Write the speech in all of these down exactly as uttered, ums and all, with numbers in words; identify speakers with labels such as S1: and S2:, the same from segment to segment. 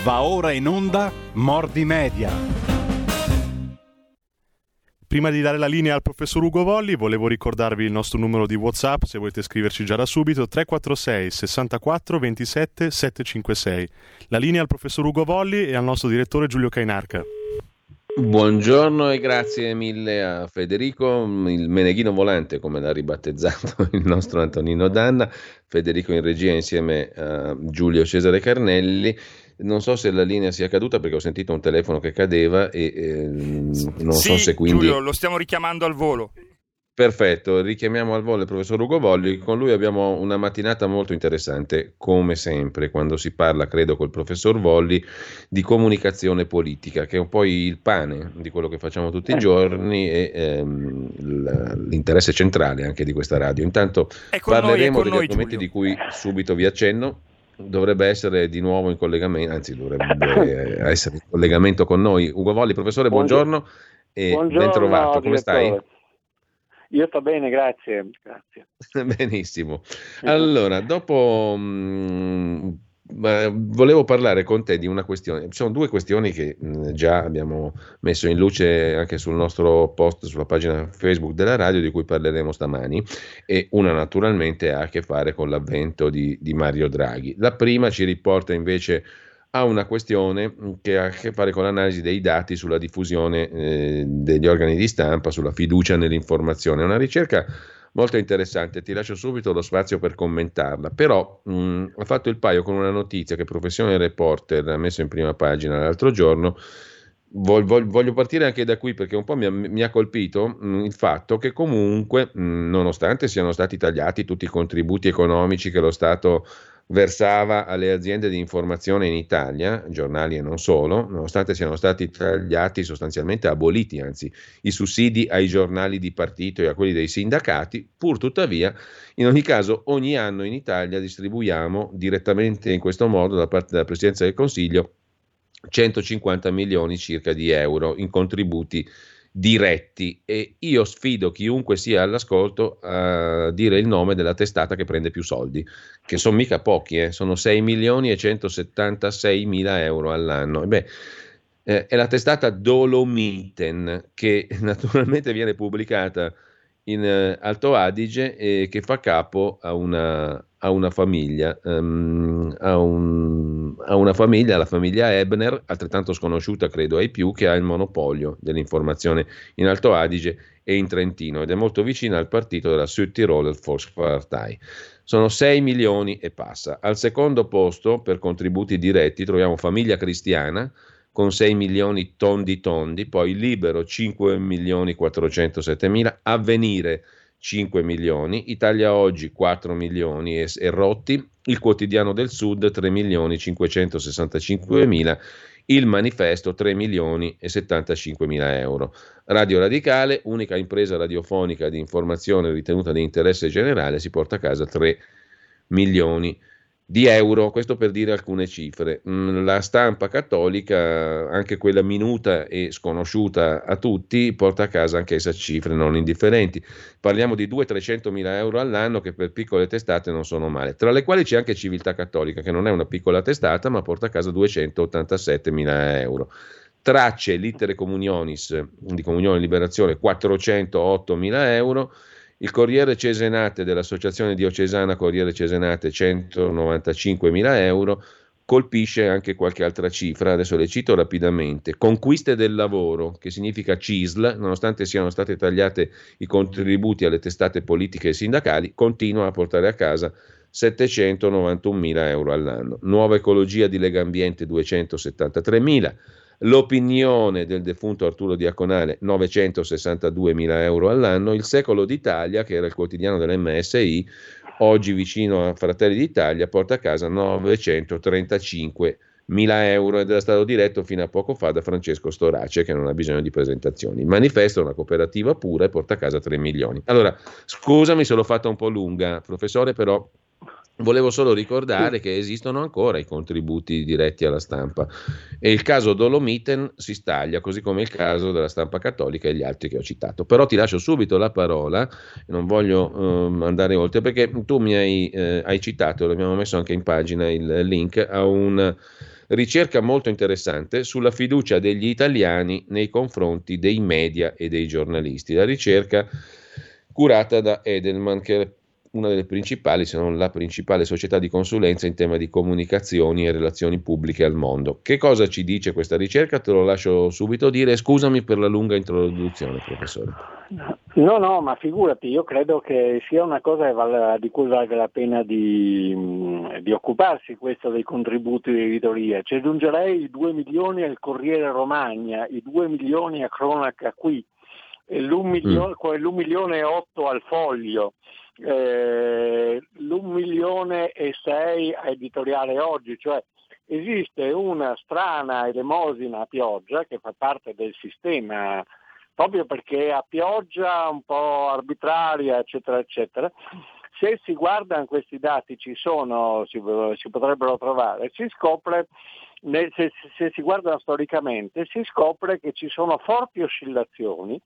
S1: Va ora in onda Mordi Media.
S2: Prima di dare la linea al professor Ugo Volli, volevo ricordarvi il nostro numero di WhatsApp, se volete scriverci già da subito, tre quattro sei sessantaquattro ventisette settecentocinquantasei. La linea al professor Ugo Volli e al nostro direttore Giulio Cainarca.
S3: Buongiorno e grazie mille a Federico, il meneghino volante come l'ha ribattezzato il nostro Antonino Danna, Federico in regia insieme a Giulio Cesare Carnelli. Non so se la linea sia caduta perché ho sentito un telefono che cadeva e eh, non
S4: sì,
S3: so se quindi...
S4: Giulio, lo stiamo richiamando al volo.
S3: Perfetto, richiamiamo al volo il professor Ugo Volli, con lui abbiamo una mattinata molto interessante, come sempre, quando si parla, credo, col professor Volli, di comunicazione politica, che è un po' il pane di quello che facciamo tutti i giorni e ehm, l'interesse centrale anche di questa radio. Intanto parleremo degli argomenti di cui subito vi accenno. Dovrebbe essere di nuovo in collegamento, anzi dovrebbe essere in collegamento con noi. Ugo Volli, professore, buongiorno, buongiorno e buongiorno, ben trovato, come direttore. Stai?
S5: Io sto bene, grazie. grazie.
S3: Benissimo. Allora, dopo mh, volevo parlare con te di una questione. Ci sono due questioni che mh, già abbiamo messo in luce anche sul nostro post sulla pagina Facebook della radio, di cui parleremo stamani, e una naturalmente ha a che fare con l'avvento di, di Mario Draghi. La prima ci riporta invece a una questione che ha a che fare con l'analisi dei dati sulla diffusione eh, degli organi di stampa, sulla fiducia nell'informazione. È una ricerca molto interessante, ti lascio subito lo spazio per commentarla, però mh, ho fatto il paio con una notizia che Professione Reporter ha messo in prima pagina l'altro giorno. Vol, vol, voglio partire anche da qui perché un po' mi ha, mi ha colpito mh, il fatto che comunque, mh, nonostante siano stati tagliati tutti i contributi economici che lo Stato versava alle aziende di informazione in Italia, giornali e non solo, nonostante siano stati tagliati, sostanzialmente aboliti, anzi, i sussidi ai giornali di partito e a quelli dei sindacati, pur tuttavia, in ogni caso, ogni anno in Italia distribuiamo direttamente in questo modo da parte della Presidenza del Consiglio centocinquanta milioni circa di euro in contributi diretti, e io sfido chiunque sia all'ascolto a dire il nome della testata che prende più soldi, che sono mica pochi, eh? Sono sei milioni e centosettantasei mila euro all'anno. E beh, eh, è la testata Dolomiten, che naturalmente viene pubblicata in eh, Alto Adige e che fa capo a una, a una famiglia, um, a, un, a una famiglia, la famiglia Ebner, altrettanto sconosciuta credo ai più, che ha il monopolio dell'informazione in Alto Adige e in Trentino ed è molto vicina al partito della Südtiroler Volkspartei. Sono sei milioni e passa. Al secondo posto per contributi diretti troviamo Famiglia Cristiana con sei milioni tondi tondi, poi Libero cinque milioni quattrocentosette mila, Avvenire cinque milioni, Italia Oggi quattro milioni e, e rotti, Il Quotidiano del Sud tre milioni cinquecentosessantacinque mila, Il Manifesto tre milioni e settantacinque mila euro. Radio Radicale, unica impresa radiofonica di informazione ritenuta di interesse generale, si porta a casa tre milioni di euro, questo per dire alcune cifre. La Stampa cattolica, anche quella minuta e sconosciuta a tutti, porta a casa anche essa cifre non indifferenti. Parliamo di duecento-trecento mila euro all'anno, che per piccole testate non sono male, tra le quali c'è anche Civiltà Cattolica, che non è una piccola testata ma porta a casa duecentottantasette mila euro. Tracce, Littere Comunionis di Comunione e Liberazione quattrocentootto mila euro. Il Corriere Cesenate dell'Associazione Diocesana Corriere Cesenate centonovantacinque mila euro. Colpisce anche qualche altra cifra, adesso le cito rapidamente. Conquiste del lavoro, che significa C I S L, nonostante siano state tagliate i contributi alle testate politiche e sindacali, continua a portare a casa settecentonovantuno mila euro all'anno. Nuova Ecologia di Legambiente duecentosettantatré mila. L'Opinione del defunto Arturo Diaconale novecentosessantadue mila euro all'anno. Il Secolo d'Italia, che era il quotidiano dell'M S I, oggi vicino a Fratelli d'Italia, porta a casa novecentotrentacinque mila euro ed era stato diretto fino a poco fa da Francesco Storace, che non ha bisogno di presentazioni. Il Manifesto è una cooperativa pura e porta a casa tre milioni. Allora, scusami se l'ho fatta un po' lunga, professore, però volevo solo ricordare che esistono ancora i contributi diretti alla stampa e il caso Dolomiten si staglia, così come il caso della Stampa Cattolica e gli altri che ho citato. Però ti lascio subito la parola, non voglio um, andare oltre, perché tu mi hai, eh, hai citato, l'abbiamo messo anche in pagina il link, a un ricerca molto interessante sulla fiducia degli italiani nei confronti dei media e dei giornalisti. La ricerca curata da Edelman, che è una delle principali, se non la principale società di consulenza in tema di comunicazioni e relazioni pubbliche al mondo. Che cosa ci dice questa ricerca? Te lo lascio subito dire. Scusami per la lunga introduzione, professore.
S5: No, no, ma figurati, io credo che sia una cosa di cui valga la pena di, di occuparsi, questo dei contributi di editoria. Ci aggiungerei i due milioni al Corriere Romagna, i due milioni a Cronaca Qui, l'un milione, mm. l'un milione e otto al Foglio, eh, l'un milione e sei a Editoriale Oggi, cioè esiste una strana elemosina a pioggia che fa parte del sistema, proprio perché a pioggia un po' arbitraria, eccetera, eccetera. Se si guardano questi dati, ci sono, si, si potrebbero trovare, si scopre, nel, se, se si guardano storicamente, si scopre che ci sono forti oscillazioni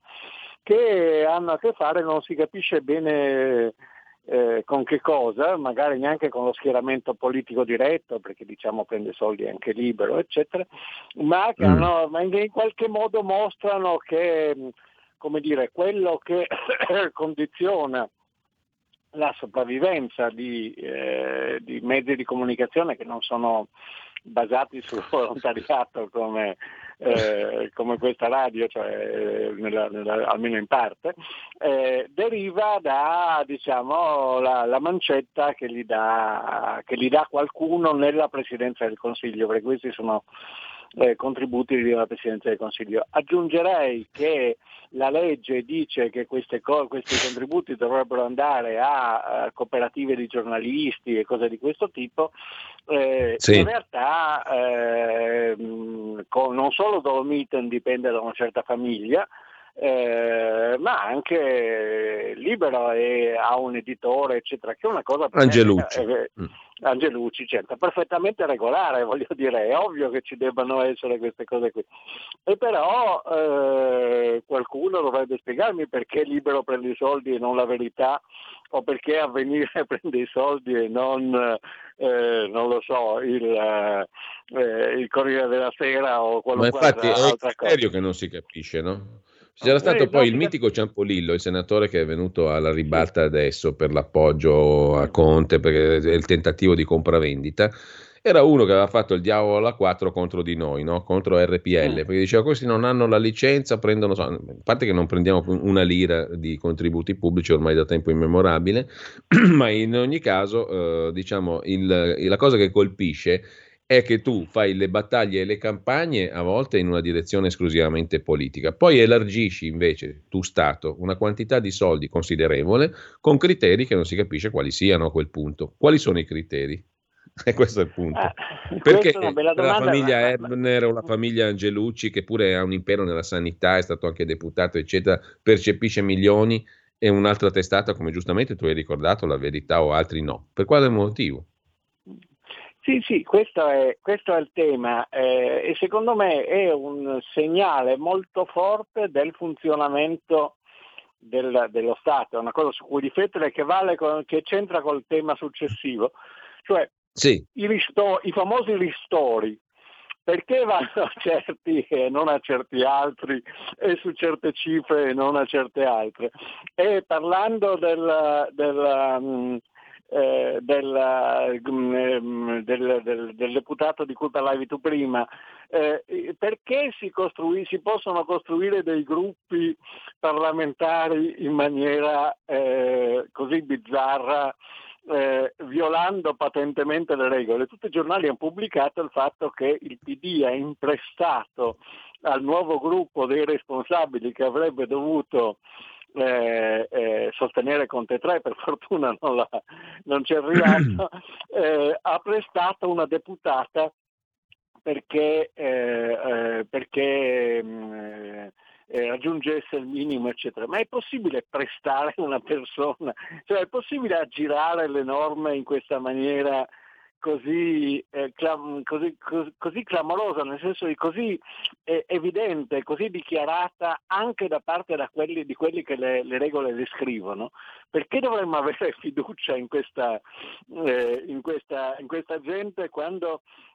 S5: che hanno a che fare, non si capisce bene eh, con che cosa, magari neanche con lo schieramento politico diretto, perché diciamo prende soldi anche Libero, eccetera, ma che hanno, ma in qualche modo mostrano che, come dire, quello che condiziona la sopravvivenza di, eh, di mezzi di comunicazione che non sono basati sul volontariato come, eh, come questa radio, cioè nella, nella, almeno in parte, eh, deriva da, diciamo, la, la mancetta che gli dà, che gli dà qualcuno nella Presidenza del Consiglio, perché questi sono eh, contributi della Presidenza del Consiglio. Aggiungerei che la legge dice che queste co- questi contributi dovrebbero andare a, a cooperative di giornalisti e cose di questo tipo. Eh, sì. In realtà eh, con, non solo Dolomiten dipende da una certa famiglia, eh, ma anche Libero e ha un editore, eccetera, che è una cosa
S3: Angelucci.
S5: Eh, eh, Angelucci, certo, perfettamente regolare, voglio dire, è ovvio che ci debbano essere queste cose qui. E però eh, qualcuno dovrebbe spiegarmi perché Libero prende i soldi e non La Verità, o perché Avvenire prende i soldi e non, eh, non lo so, il, eh, il Corriere della Sera o qualunque
S3: Ma infatti
S5: altra,
S3: è
S5: altra
S3: il criterio
S5: cosa.
S3: Che non si capisce, no? C'era stato
S5: Eh,
S3: poi
S5: no,
S3: il mitico Ciampolillo, il senatore che è venuto alla ribalta adesso per l'appoggio a Conte, perché è il tentativo di compravendita. Era uno che aveva fatto il diavolo alla quattro contro di noi, no? Contro R P L, perché diceva questi non hanno la licenza, prendono, a parte che non prendiamo una lira di contributi pubblici ormai da tempo immemorabile, ma in ogni caso eh, diciamo il, la cosa che colpisce è che tu fai le battaglie e le campagne a volte in una direzione esclusivamente politica, poi elargisci invece tu Stato una quantità di soldi considerevole con criteri che non si capisce quali siano a quel punto. Quali sono i criteri? E questo è il punto.
S5: Ah,
S3: Perché
S5: è una bella domanda,
S3: la famiglia
S5: ma...
S3: Ebner o la famiglia Angelucci, che pure ha un impero nella sanità, è stato anche deputato, eccetera, percepisce milioni e un'altra testata, come giustamente tu hai ricordato, La Verità o altri no. Per quale motivo?
S5: Sì, sì, questo è, questo è il tema eh, e secondo me è un segnale molto forte del funzionamento del, dello Stato, è una cosa su cui riflettere che, vale con, che c'entra col tema successivo, cioè
S3: sì.
S5: i, risto- i famosi ristori. Perché vanno a certi e non a certi altri e su certe cifre e non a certe altre? E parlando del, del, um, eh, del, um, del, del, del deputato di cui parlavi tu prima, eh, perché si, costrui, si possono costruire dei gruppi parlamentari in maniera eh, così bizzarra, Eh, violando patentemente le regole? Tutti i giornali hanno pubblicato il fatto che il P D ha imprestato al nuovo gruppo dei responsabili che avrebbe dovuto eh, eh, sostenere Conte tre, per fortuna non, la, non ci è arrivato, eh, ha prestato una deputata perché, eh, eh, perché mh, Eh, raggiungesse il minimo, eccetera. Ma è possibile prestare una persona? Cioè è possibile aggirare le norme in questa maniera così, eh, clam- così, così, così clamorosa, nel senso di così eh, evidente, così dichiarata anche da parte da quelli, di quelli che le, le regole le scrivono? Perché dovremmo avere fiducia in questa, eh, in questa, in questa gente quando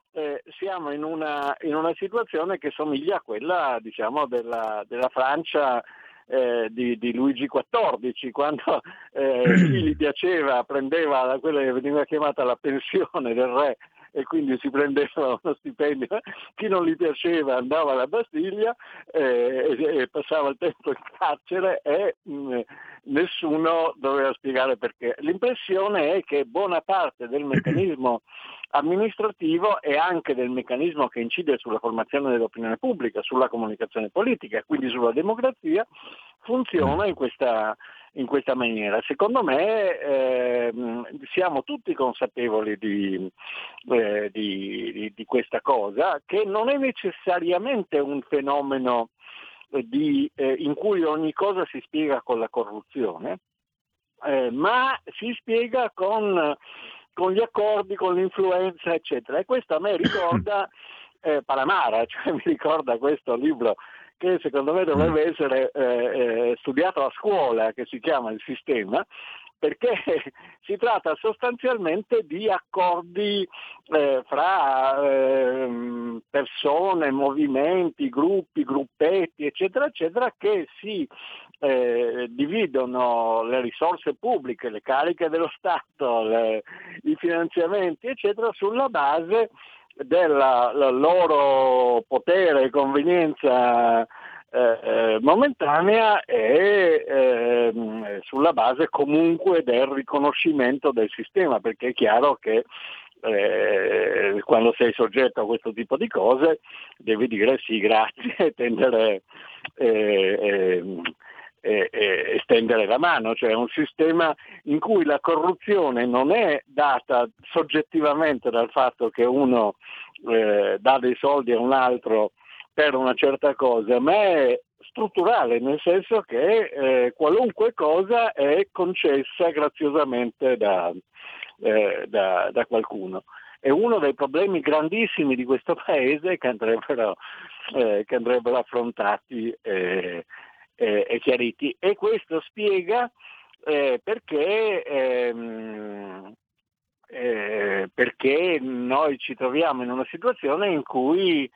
S5: eh, siamo in una, in una situazione che somiglia a quella, diciamo, della, della Francia eh, di, di Luigi quattordici, quando eh, chi gli piaceva prendeva quella che veniva chiamata la pensione del re e quindi si prendeva uno stipendio, chi non gli piaceva andava alla Bastiglia eh, e, e passava il tempo in carcere e mh, nessuno doveva spiegare perché. L'impressione è che buona parte del meccanismo amministrativo e anche del meccanismo che incide sulla formazione dell'opinione pubblica, sulla comunicazione politica, quindi sulla democrazia, funziona in questa in questa maniera. Secondo me eh, siamo tutti consapevoli di, eh, di, di, di questa cosa, che non è necessariamente un fenomeno di, eh, in cui ogni cosa si spiega con la corruzione, eh, ma si spiega con, con gli accordi, con l'influenza, eccetera. E questo a me ricorda eh, Palamara, cioè mi ricorda questo libro che secondo me dovrebbe essere eh, eh, studiato a scuola, che si chiama Il Sistema, perché si tratta sostanzialmente di accordi eh, fra eh, persone, movimenti, gruppi, gruppetti, eccetera, eccetera, che si eh, dividono le risorse pubbliche, le cariche dello Stato, le, i finanziamenti, eccetera, sulla base del loro potere e convenienza eh, momentanea e eh, sulla base comunque del riconoscimento del sistema, perché è chiaro che eh, quando sei soggetto a questo tipo di cose devi dire sì, grazie e tendere eh, eh, E, e estendere la mano, cioè un sistema in cui la corruzione non è data soggettivamente dal fatto che uno eh, dà dei soldi a un altro per una certa cosa, ma è strutturale, nel senso che eh, qualunque cosa è concessa graziosamente da, eh, da, da qualcuno. È uno dei problemi grandissimi di questo paese che andrebbero, eh, che andrebbero affrontati eh, Eh, e chiariti, e questo spiega eh, perché, ehm, eh, perché noi ci troviamo in una situazione in cui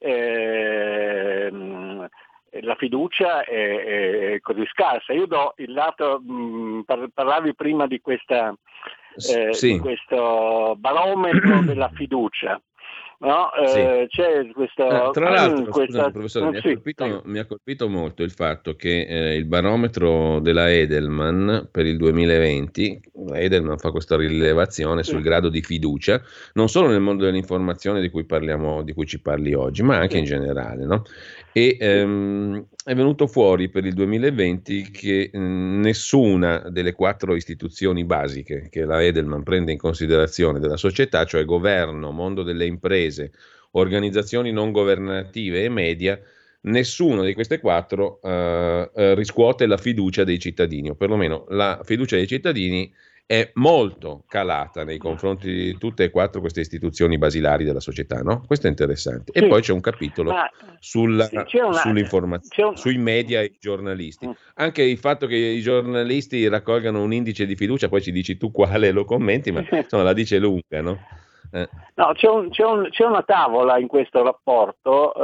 S5: ehm, la fiducia è, è così scarsa. Io do il lato, mh, parlavi prima di, questa, eh,
S3: sì.
S5: di questo barometro della fiducia. No, eh,
S3: sì.
S5: c'è questo,
S3: eh, tra l'altro,
S5: questa,
S3: scusami, professore, mi,
S5: sì,
S3: ha colpito, mi ha colpito molto il fatto che eh, il barometro della Edelman per il duemilaventi, la Edelman fa questa rilevazione sul
S5: sì.
S3: grado di fiducia, non solo nel mondo dell'informazione di cui parliamo, di cui ci parli oggi, ma anche
S5: sì.
S3: in generale, no? E ehm, è venuto fuori per il duemilaventi che mh, nessuna delle quattro istituzioni basiche che la Edelman prende in considerazione della società, cioè governo, mondo delle imprese, organizzazioni non governative e media, nessuna di queste quattro eh, eh, riscuote la fiducia dei cittadini, o perlomeno la fiducia dei cittadini è molto calata nei confronti di tutte e quattro queste istituzioni basilari della società, no? Questo è interessante.
S5: Sì,
S3: E poi c'è un capitolo
S5: ma,
S3: sulla,
S5: sì, c'è una,
S3: sull'informazione,
S5: c'è un...
S3: sui media e i giornalisti.
S5: Mm.
S3: Anche il fatto che i giornalisti raccolgano un indice di fiducia, poi ci dici tu quale lo commenti, ma insomma la dice lunga, no? Eh.
S5: No, c'è, un, c'è, un, c'è una tavola in questo rapporto,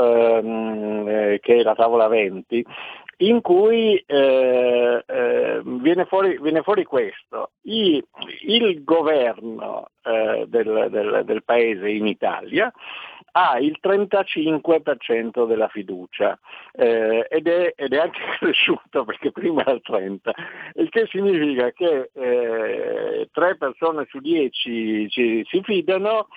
S5: ehm, eh, che è la tavola venti, in cui eh, eh, viene, fuori, viene fuori questo. I, il governo eh, del, del, del paese in Italia ha il trentacinque per cento della fiducia eh, ed, è, ed è anche cresciuto perché prima era il trenta, il che significa che eh, tre persone su dieci ci, si fidano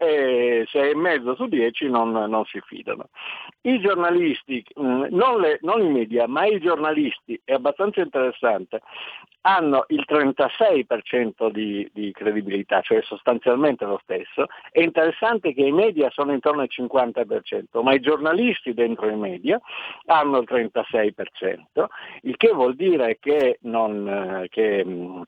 S5: e sei e mezzo su dieci non, non si fidano. I giornalisti, mh, non, le, non i media, ma i giornalisti, è abbastanza interessante, hanno il trentasei per cento di, di credibilità, cioè sostanzialmente lo stesso. È interessante che i media sono intorno al cinquanta per cento, ma i giornalisti dentro i media hanno il trentasei per cento, il che vuol dire che, non, che,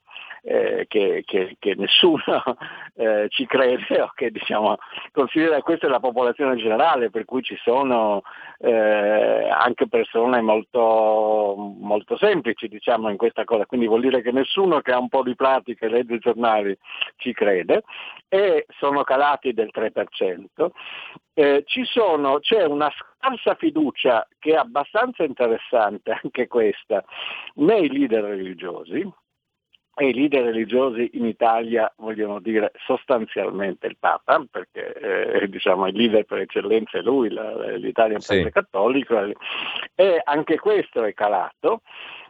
S5: eh, che, che, che nessuno eh, ci crede o che diciamo, considera questa è la popolazione generale, per cui ci sono eh, anche persone molto, molto semplici diciamo in questa cosa, quindi vuol dire dire che nessuno che ha un po' di pratica e legge i giornali ci crede, e sono calati del tre per cento. Eh, ci sono, c'è una scarsa fiducia, che è abbastanza interessante anche questa, nei leader religiosi, e i leader religiosi in Italia vogliono dire sostanzialmente il Papa, perché eh, diciamo il leader per eccellenza è lui, la, l'Italia è un paese
S3: sì.
S5: cattolico, e anche questo è calato.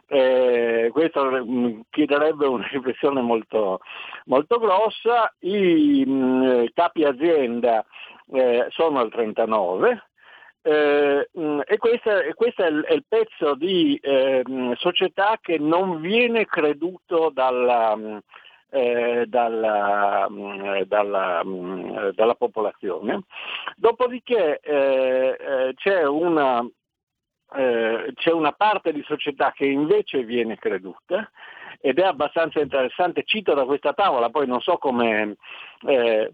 S5: Eh, questo mh, chiederebbe una riflessione molto, molto grossa. I mh, capi azienda eh, sono al trentanove. Eh, e questo è il, è il pezzo di eh, società che non viene creduto dalla, eh, dalla, dalla, dalla popolazione. Dopodiché eh, eh, c'è una Eh, c'è una parte di società che invece viene creduta, ed è abbastanza interessante. Cito da questa tavola, poi non so come eh,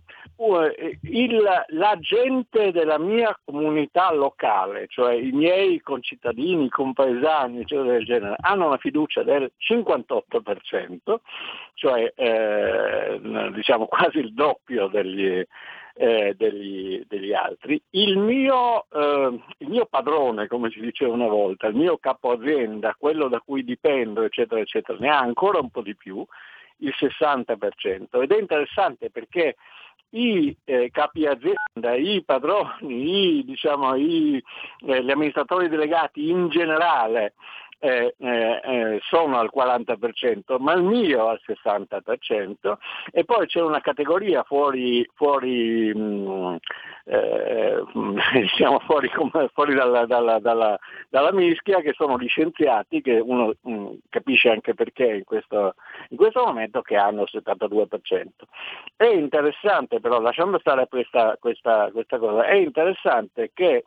S5: il, la gente della mia comunità locale, cioè i miei concittadini, compaesani, eccetera del genere, hanno una fiducia del cinquantotto per cento, cioè eh, diciamo quasi il doppio degli Eh, degli, degli altri. Il mio, eh, il mio padrone, come si diceva una volta, il mio capo azienda, quello da cui dipendo, eccetera, eccetera, ne ha ancora un po' di più, il sessanta per cento. Ed è interessante perché i eh, capi azienda, i padroni, i, diciamo, i, eh, gli amministratori delegati in generale Eh, eh, eh, sono al quaranta per cento, ma il mio al sessanta per cento, e poi c'è una categoria fuori, fuori mh, eh, diciamo fuori, fuori dalla, dalla, dalla, dalla mischia, che sono gli scienziati, che uno mh, capisce anche perché in questo, in questo momento, che hanno il settantadue per cento. È interessante però, lasciando stare questa, questa, questa cosa, è interessante che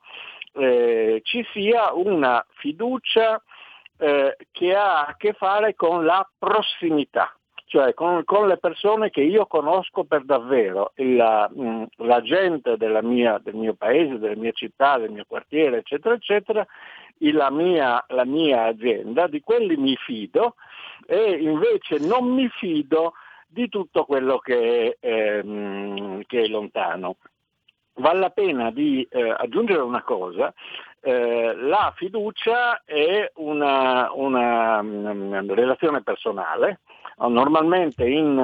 S5: eh, ci sia una fiducia Eh, che ha a che fare con la prossimità, cioè con, con le persone che io conosco per davvero, la, mh, la gente della mia, del mio paese, della mia città, del mio quartiere, eccetera, eccetera, la mia, la mia azienda, di quelli mi fido, e invece non mi fido di tutto quello che è, ehm, che è lontano. Vale la pena di eh, aggiungere una cosa. Eh, la fiducia è una, una, una relazione personale. Normalmente in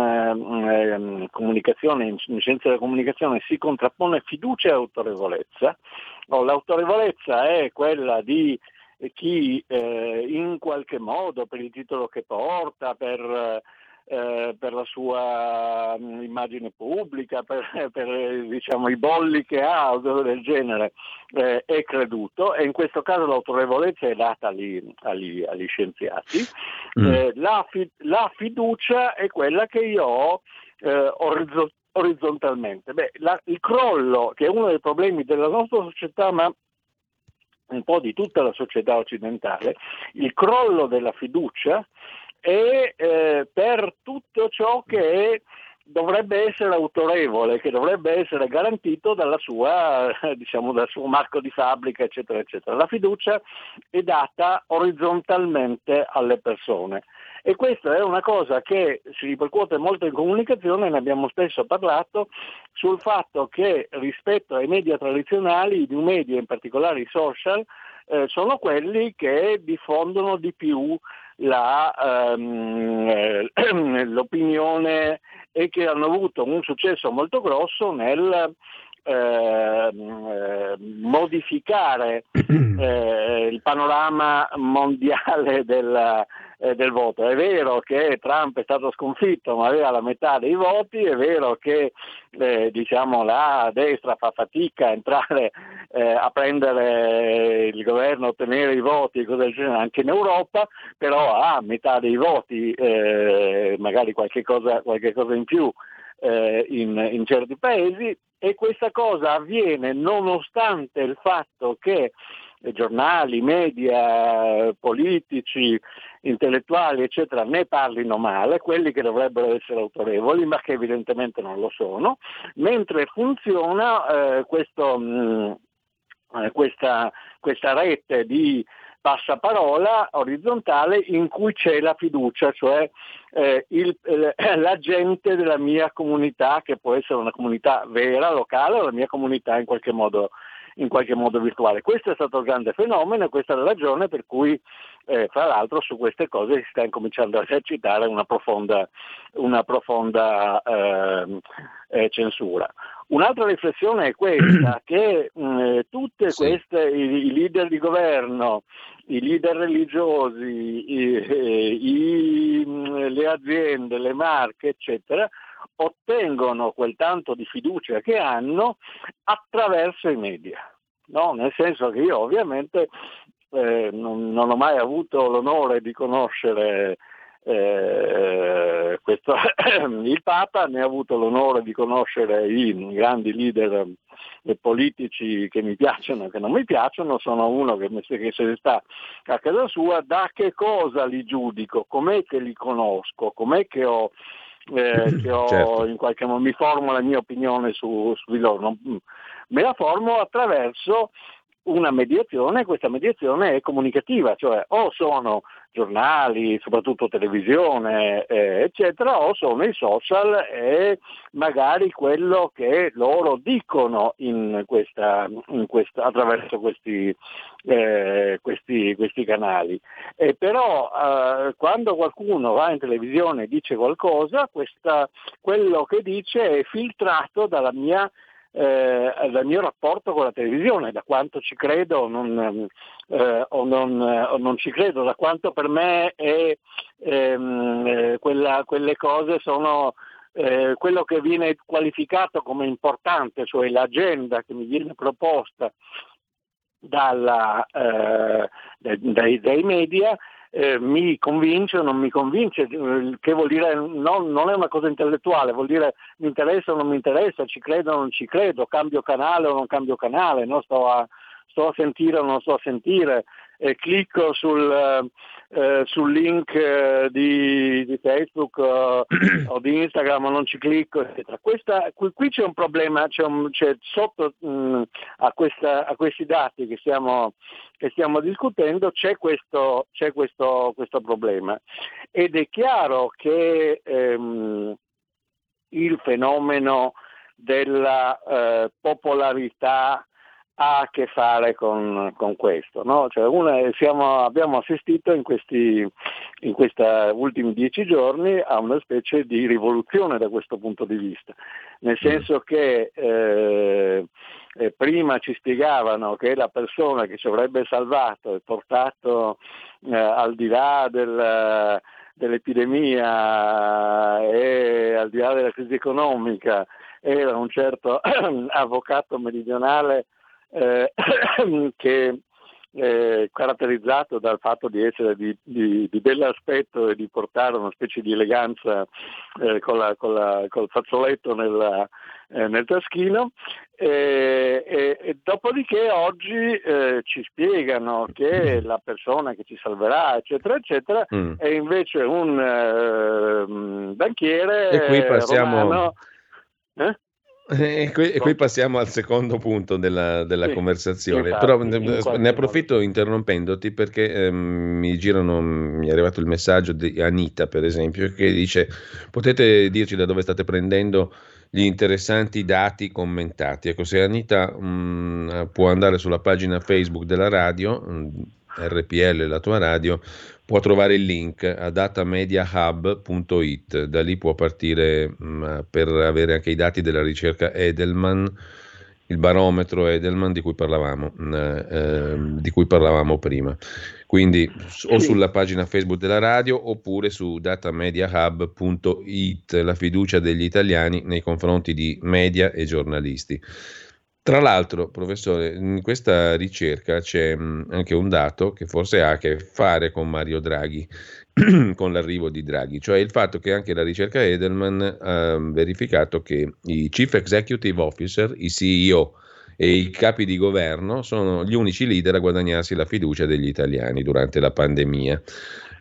S5: eh, comunicazione, in, in scienza della comunicazione, si contrappone fiducia e autorevolezza. Oh, l'autorevolezza è quella di chi eh, in qualche modo, per il titolo che porta, per Eh, per la sua mh, immagine pubblica, per, per diciamo i bolli che ha o cose del genere, eh, è creduto, e in questo caso l'autorevolezza è data agli, agli, agli scienziati. Mm. Eh, la, fi, la fiducia è quella che io ho eh, orizzo, orizzontalmente. Beh, la, il crollo, che è uno dei problemi della nostra società, ma un po' di tutta la società occidentale, il crollo della fiducia e eh, per tutto ciò che dovrebbe essere autorevole, che dovrebbe essere garantito dalla sua, diciamo, dal suo marco di fabbrica, eccetera, eccetera. La fiducia è data orizzontalmente alle persone, e questa è una cosa che si ripercuote molto in comunicazione. Ne abbiamo spesso parlato, sul fatto che rispetto ai media tradizionali, i new media, in particolare i social, eh, sono quelli che diffondono di più La, ehm, eh, l'opinione, e che hanno avuto un successo molto grosso nel eh, eh, modificare eh, il panorama mondiale del, eh, del voto. È vero che Trump è stato sconfitto, ma aveva la metà dei voti. È vero che eh, diciamo la destra fa fatica a entrare eh, a prendere il governo, ottenere i voti e cose del genere anche in Europa, però ha metà dei voti, eh, magari qualche cosa, qualche cosa in più eh, in, in certi paesi, e questa cosa avviene nonostante il fatto che giornali, media, politici, intellettuali, eccetera, ne parlino male, quelli che dovrebbero essere autorevoli, ma che evidentemente non lo sono, mentre funziona eh, questo, mh, questa, questa rete di passaparola orizzontale in cui c'è la fiducia, cioè eh, il, eh, l'agente della mia comunità, che può essere una comunità vera, locale, o la mia comunità in qualche modo in qualche modo virtuale. Questo è stato il grande fenomeno e questa è la ragione per cui eh, fra l'altro su queste cose si sta incominciando a esercitare una profonda, una profonda eh, eh, censura. Un'altra riflessione è questa, che mh, tutte
S3: sì.
S5: queste, i, i leader di governo, i leader religiosi, i, i, le aziende, le marche, eccetera, ottengono quel tanto di fiducia che hanno attraverso i media, no? Nel senso che io ovviamente eh, non, non ho mai avuto l'onore di conoscere eh, questo, il Papa, ne ho avuto l'onore di conoscere i grandi leader politici che mi piacciono e che non mi piacciono. Sono uno che, che se ne sta a casa sua. Da che cosa li giudico? Com'è che li conosco? Com'è che ho Eh, che ho
S3: certo.
S5: in qualche modo mi formo la mia opinione su, su di loro? Non, me la formo attraverso una mediazione. Questa mediazione è comunicativa, cioè o sono giornali, soprattutto televisione, eh, eccetera, o sono i social e magari quello che loro dicono in questa, in questa, attraverso questi, eh, questi, questi canali. E però eh, quando qualcuno va in televisione e dice qualcosa, questa, quello che dice è filtrato dalla mia Eh, dal mio rapporto con la televisione, da quanto ci credo o non, eh, o non, o non ci credo, da quanto per me è, ehm, eh, quella, quelle cose sono eh, quello che viene qualificato come importante, cioè l'agenda che mi viene proposta dalla, eh, dai, dai media. Eh, mi convince o non mi convince, che vuol dire non, non è una cosa intellettuale, vuol dire mi interessa o non mi interessa, ci credo o non ci credo, cambio canale o non cambio canale, no? sto, a, sto a sentire o non sto a sentire, eh, clicco sul, eh, sul link eh, di, di Facebook eh, o di Instagram o non ci clicco, eccetera. Questa, qui, qui c'è un problema, c'è, un, c'è sotto mh, a, questa, a questi dati che stiamo, che stiamo discutendo c'è questo, c'è questo, questo problema, ed è chiaro che ehm, il fenomeno della eh, popolarità ha a che fare con, con questo, no? Cioè una, siamo, abbiamo assistito in questi in questi ultimi dieci giorni a una specie di rivoluzione da questo punto di vista, nel senso che eh, eh, prima ci spiegavano che la persona che ci avrebbe salvato e portato eh, al di là del, dell'epidemia e al di là della crisi economica era un certo avvocato meridionale eh, che eh, caratterizzato dal fatto di essere di, di, di bell'aspetto e di portare una specie di eleganza eh, con la, con la, col fazzoletto nella, eh, nel taschino, e, e, e dopodiché oggi eh, ci spiegano che la persona che ci salverà eccetera eccetera mm. è invece un eh, banchiere
S3: e qui passiamo
S5: romano. Eh?
S3: E qui, e qui passiamo al secondo punto della, della sì, conversazione, infatti, però ne, ne approfitto modo. interrompendoti perché ehm, mi girano, mi è arrivato il messaggio di Anita per esempio che dice: potete dirci da dove state prendendo gli interessanti dati commentati? Ecco, se Anita mh, può andare sulla pagina Facebook della radio, mh, R P L la tua radio, può trovare il link a datamediahub punto it, da lì può partire mh, per avere anche i dati della ricerca Edelman, il barometro Edelman di cui parlavamo, mh, eh, di cui parlavamo prima. Quindi o sulla pagina Facebook della radio oppure su datamediahub punto it, la fiducia degli italiani nei confronti di media e giornalisti. Tra l'altro, professore, in questa ricerca c'è mh, anche un dato che forse ha a che fare con Mario Draghi, con l'arrivo di Draghi, cioè il fatto che anche la ricerca Edelman ha verificato che i Chief Executive Officer, i C E O e i capi di governo sono gli unici leader a guadagnarsi la fiducia degli italiani durante la pandemia.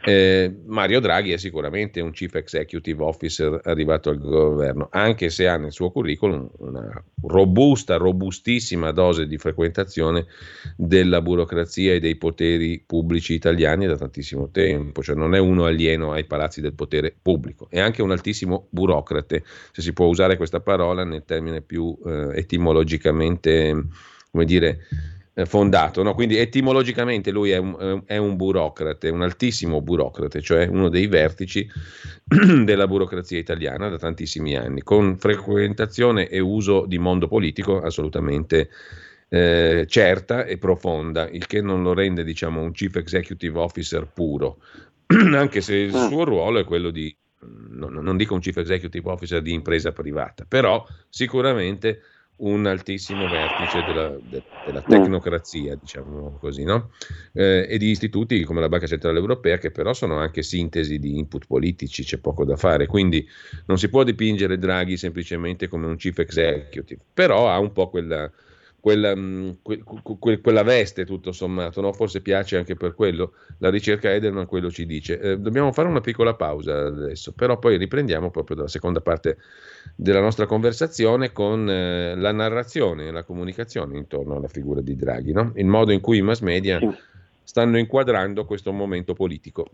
S3: Eh, Mario Draghi è sicuramente un Chief Executive Officer arrivato al governo, anche se ha nel suo curriculum una robusta, robustissima dose di frequentazione della burocrazia e dei poteri pubblici italiani da tantissimo tempo, cioè non è uno alieno ai palazzi del potere pubblico, è anche un altissimo burocrate, se si può usare questa parola nel termine più eh, etimologicamente, come dire, fondato, no? Quindi etimologicamente lui è un, è un burocrate, un altissimo burocrate, cioè uno dei vertici della burocrazia italiana da tantissimi anni, con frequentazione e uso di mondo politico assolutamente eh, certa e profonda, il che non lo rende, diciamo, un Chief Executive Officer puro, anche se il suo ruolo è quello di, no, non dico un Chief Executive Officer di impresa privata, però sicuramente un altissimo vertice della, de, della tecnocrazia, diciamo così, no? Eh, e di istituti come la Banca Centrale Europea, che però sono anche sintesi di input politici, c'è poco da fare, quindi non si può dipingere Draghi semplicemente come un chief executive, però ha un po' quella, quella, que, que, quella veste tutto sommato, no? Forse piace anche per quello, la ricerca Edelman quello ci dice. Eh, dobbiamo fare una piccola pausa adesso, però poi riprendiamo proprio dalla seconda parte della nostra conversazione con eh, la narrazione e la comunicazione intorno alla figura di Draghi, no? Il modo in cui i mass media stanno inquadrando questo momento politico.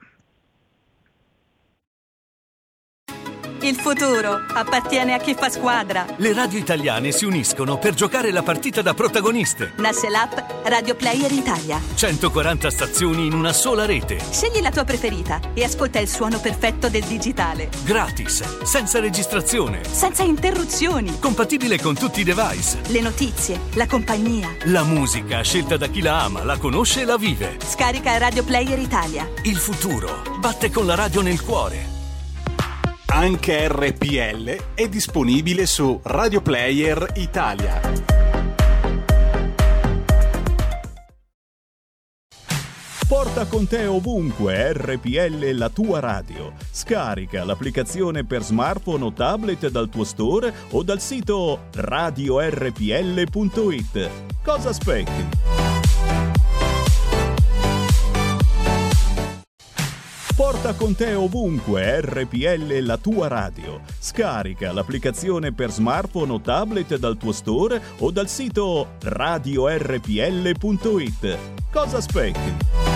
S6: Il futuro appartiene a chi fa squadra.
S7: Le radio italiane si uniscono per giocare la partita da protagoniste.
S6: Nasce l'app Radio Player Italia.
S7: centoquaranta stazioni in una sola rete.
S6: Scegli la tua preferita e ascolta il suono perfetto del digitale.
S7: Gratis, senza registrazione.
S6: Senza interruzioni.
S7: Compatibile con tutti i device.
S6: Le notizie, la compagnia.
S7: La musica scelta da chi la ama, la conosce e la vive.
S6: Scarica Radio Player Italia.
S7: Il futuro batte con la radio nel cuore.
S1: Anche R P L è disponibile su Radio Player Italia.
S8: Porta con te ovunque R P L, la tua radio. Scarica l'applicazione per smartphone o tablet dal tuo store o dal sito radio erre pi elle punto it. Cosa aspetti? Porta con te ovunque R P L, la tua radio. Scarica l'applicazione per smartphone o tablet dal tuo store o dal sito radio erre pi elle punto it. Cosa aspetti?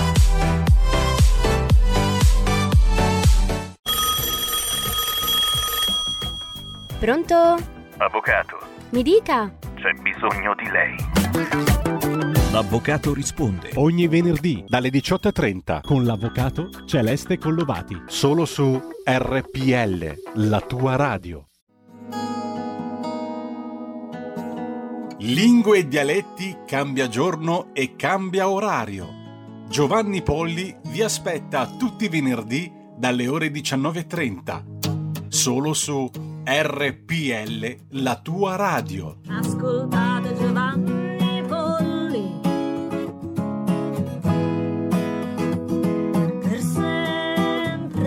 S9: Pronto?
S10: Avvocato.
S9: Mi dica.
S10: C'è bisogno di lei.
S1: L'avvocato risponde ogni venerdì dalle diciotto e trenta con l'avvocato Celeste Collovati, solo su R P L, la tua radio. Lingue e dialetti cambia giorno e cambia orario. Giovanni Polli vi aspetta tutti i venerdì dalle ore diciannove e trenta, solo su R P L, la tua radio.
S11: Ascoltate Giovanni Polli per sempre.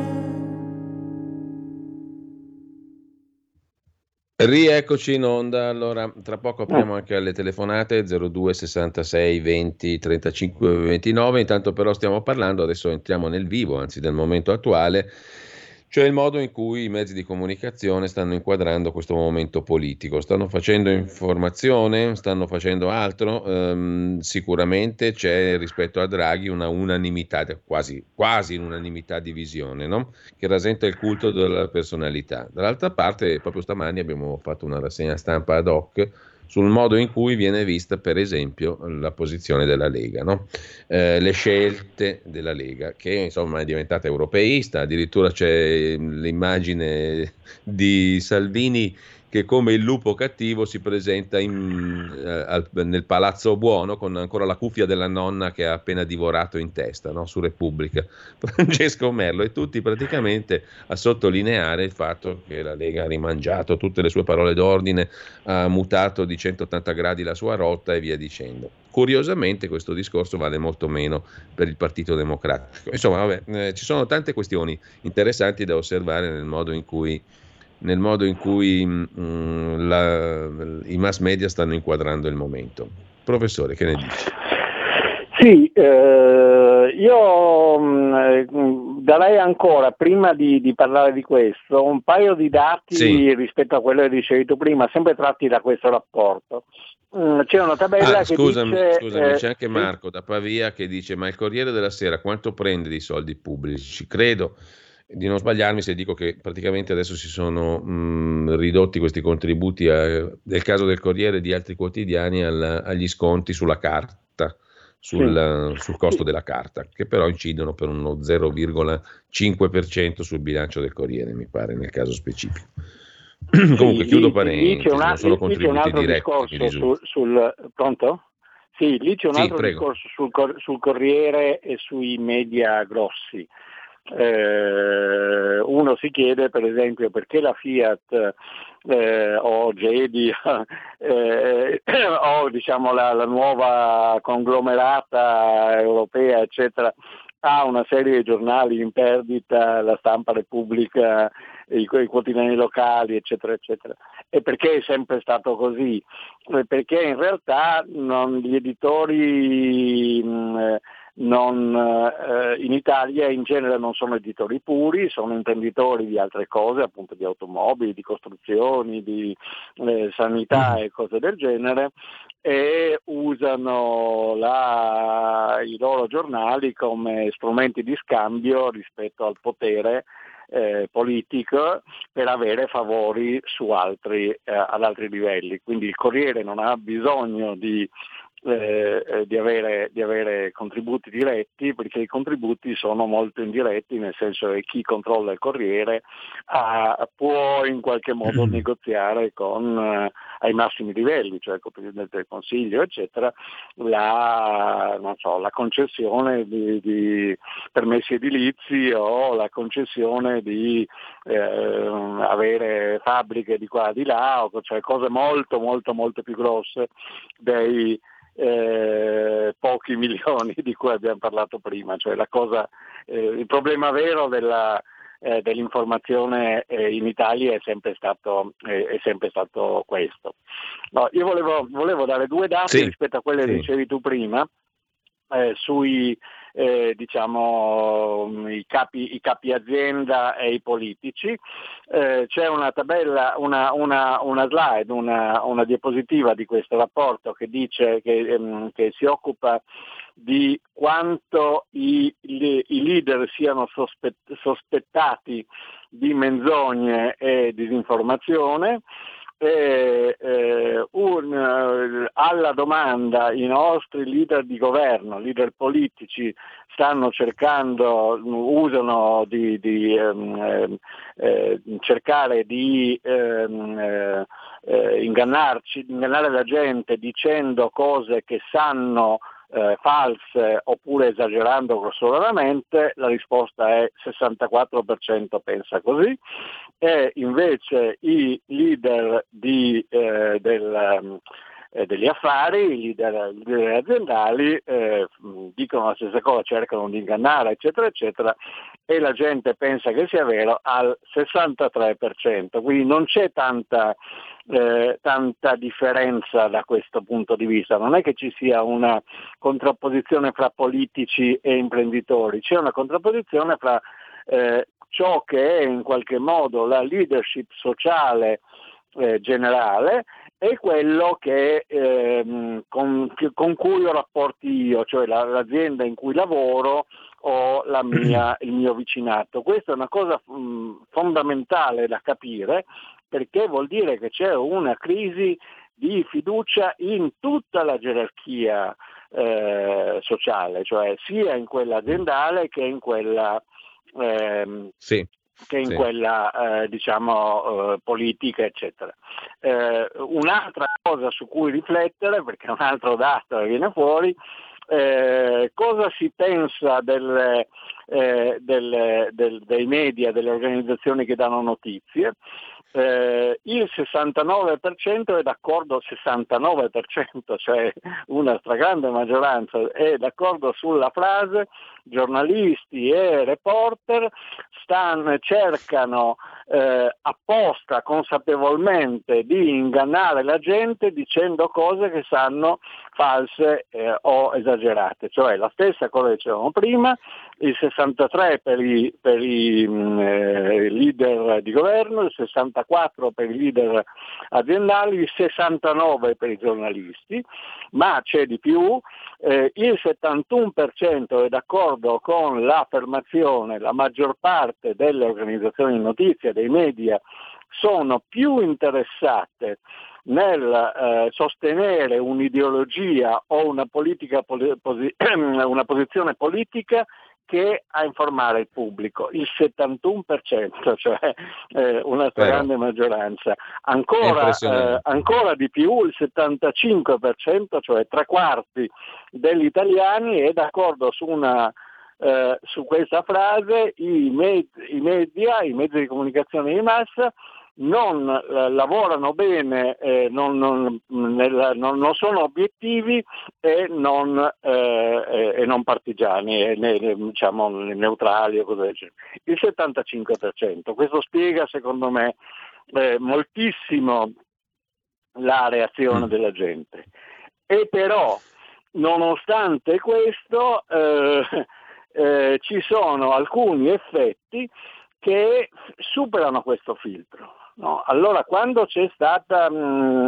S3: Rieccoci in onda. Allora, tra poco apriamo anche alle telefonate zero due sessantasei venti trentacinque ventinove. Intanto però stiamo parlando, adesso entriamo nel vivo, anzi del momento attuale, cioè il modo in cui i mezzi di comunicazione stanno inquadrando questo momento politico. Stanno facendo informazione, stanno facendo altro. Ehm, sicuramente c'è rispetto a Draghi una unanimità, quasi, quasi unanimità di visione, no? Che rasenta il culto della personalità. Dall'altra parte, proprio stamani abbiamo fatto una rassegna stampa ad hoc sul modo in cui viene vista, per esempio, la posizione della Lega, no? Eh, le scelte della Lega, che insomma è diventata europeista, addirittura c'è l'immagine di Salvini che come il lupo cattivo si presenta in, eh, al, nel Palazzo Buono con ancora la cuffia della nonna che ha appena divorato in testa, no? Su Repubblica, Francesco Merlo, e tutti praticamente a sottolineare il fatto che la Lega ha rimangiato tutte le sue parole d'ordine, ha mutato di centottanta gradi la sua rotta e via dicendo. Curiosamente questo discorso vale molto meno per il Partito Democratico. Insomma, vabbè, eh, ci sono tante questioni interessanti da osservare nel modo in cui nel modo in cui mh, la, i mass media stanno inquadrando il momento. Professore, che ne dice?
S5: Sì, eh, io mh, darei ancora, prima di, di parlare di questo, un paio di dati
S3: sì.
S5: rispetto a quello che dicevi tu prima, sempre tratti da questo rapporto. Mm, c'è una tabella
S3: Ah,
S5: che
S3: scusami,
S5: dice...
S3: scusami,
S5: eh,
S3: c'è anche
S5: sì?
S3: Marco da Pavia che dice: ma il Corriere della Sera quanto prende di soldi pubblici? Credo di non sbagliarmi se dico che praticamente adesso si sono mh, ridotti questi contributi, a, nel caso del Corriere e di altri quotidiani, al- agli sconti sulla carta, sul, sul costo della carta, che però incidono per uno zero virgola cinque per cento sul bilancio del Corriere, mi pare, nel caso specifico. Comunque
S5: Sì,
S3: chiudo
S5: lì, lì
S3: parentesi,
S5: c'è, una,
S3: non sono
S5: lì c'è un
S3: contributi
S5: altro
S3: diretti che mi
S5: discorso
S3: risulta.
S5: sul, sul... Pronto? Sì, lì c'è un
S3: Sì,
S5: altro
S3: prego.
S5: discorso sul, cor- sul Corriere e sui media grossi. Eh, uno si chiede per esempio perché la Fiat eh, o Gedi eh, o diciamo la, la nuova conglomerata europea eccetera ha una serie di giornali in perdita, la Stampa Repubblica, i, i quotidiani locali eccetera eccetera, e perché è sempre stato così? Eh, perché in realtà non, gli editori mh, Non, eh, in Italia in genere non sono editori puri, sono imprenditori di altre cose, appunto di automobili, di costruzioni, di eh, sanità e cose del genere, e usano la, i loro giornali come strumenti di scambio rispetto al potere eh, politico per avere favori su altri, eh, ad altri livelli. Quindi il Corriere non ha bisogno di Eh, di, avere, di avere contributi diretti, perché i contributi sono molto indiretti, nel senso che chi controlla il Corriere ha, può in qualche modo negoziare con eh, ai massimi livelli, cioè con il Presidente del Consiglio eccetera, la, non so, la concessione di, di permessi edilizi o la concessione di eh, avere fabbriche di qua e di là, cioè cose molto molto molto più grosse dei Eh, pochi milioni di cui abbiamo parlato prima, cioè la cosa, eh, il problema vero della, eh, dell'informazione eh, in Italia è sempre stato, eh, è sempre stato questo. No, io volevo, volevo dare due dati
S3: Sì,
S5: rispetto a quelle
S3: sì.
S5: che dicevi tu prima. Eh, sui eh, diciamo i capi, i capi azienda e i politici. Eh, c'è una tabella, una, una, una slide, una, una diapositiva di questo rapporto che dice che, ehm, che si occupa di quanto i, i, i leader siano sospett, sospettati di menzogne e disinformazione. E, eh, un, eh, alla domanda i nostri leader di governo, leader politici stanno cercando, usano di, di ehm, eh, cercare di ehm, eh, eh, ingannarci, ingannare la gente dicendo cose che sanno Eh, false oppure esagerando grossolanamente, la risposta è sessantaquattro per cento pensa così, e invece i leader di, eh, del, eh, degli affari, i leader, i leader aziendali eh, dicono la stessa cosa, cercano di ingannare eccetera eccetera, e la gente pensa che sia vero al sessantatré per cento, quindi non c'è tanta Eh, tanta differenza da questo punto di vista, non è che ci sia una contrapposizione fra politici e imprenditori, c'è una contrapposizione fra eh, ciò che è in qualche modo la leadership sociale eh, generale e quello che, ehm, con, con cui ho rapporti io, cioè la, l'azienda in cui lavoro o la mia, il mio vicinato. Questa è una cosa mh, fondamentale da capire, perché vuol dire che c'è una crisi di fiducia in tutta la gerarchia eh, sociale, cioè sia in quella aziendale che in quella, ehm,
S3: sì,
S5: che in
S3: sì.
S5: quella eh, diciamo eh, politica eccetera. Eh, un'altra cosa su cui riflettere, perché è un altro dato che viene fuori, Eh, cosa si pensa delle, eh, delle, del, dei media, delle organizzazioni che danno notizie? Eh, il sessantanove per cento è d'accordo, sessantanove per cento, cioè una stragrande maggioranza, è d'accordo sulla frase giornalisti e reporter stanno, cercano eh, apposta, consapevolmente, di ingannare la gente dicendo cose che sanno false eh, o esagerate, cioè la stessa cosa che dicevamo prima, il sessantatré per i, per i mh, eh, leader di governo, il sessantaquattro per i leader aziendali, il sessantanove per i giornalisti, ma c'è di più, eh, il settantuno per cento è d'accordo con l'affermazione, la maggior parte delle organizzazioni di notizia, dei media, sono più interessate nel eh, sostenere un'ideologia o una, politica, posi- una posizione politica che a informare il pubblico, il settantuno per cento, cioè eh, una stragrande maggioranza. Ancora, eh, ancora di più, il settantacinque per cento, cioè tre quarti degli italiani, è d'accordo su una eh, su questa frase: i, med- i media, i mezzi di comunicazione di massa non eh, lavorano bene, eh, non, non, nel, non, non sono obiettivi e non, eh, e non partigiani, e ne, diciamo neutrali o cose del genere. Il settantacinque per cento. Questo spiega, secondo me, eh, moltissimo la reazione della gente. E però, nonostante questo, eh, eh, ci sono alcuni effetti che superano questo filtro. No? Allora, quando c'è stata mh,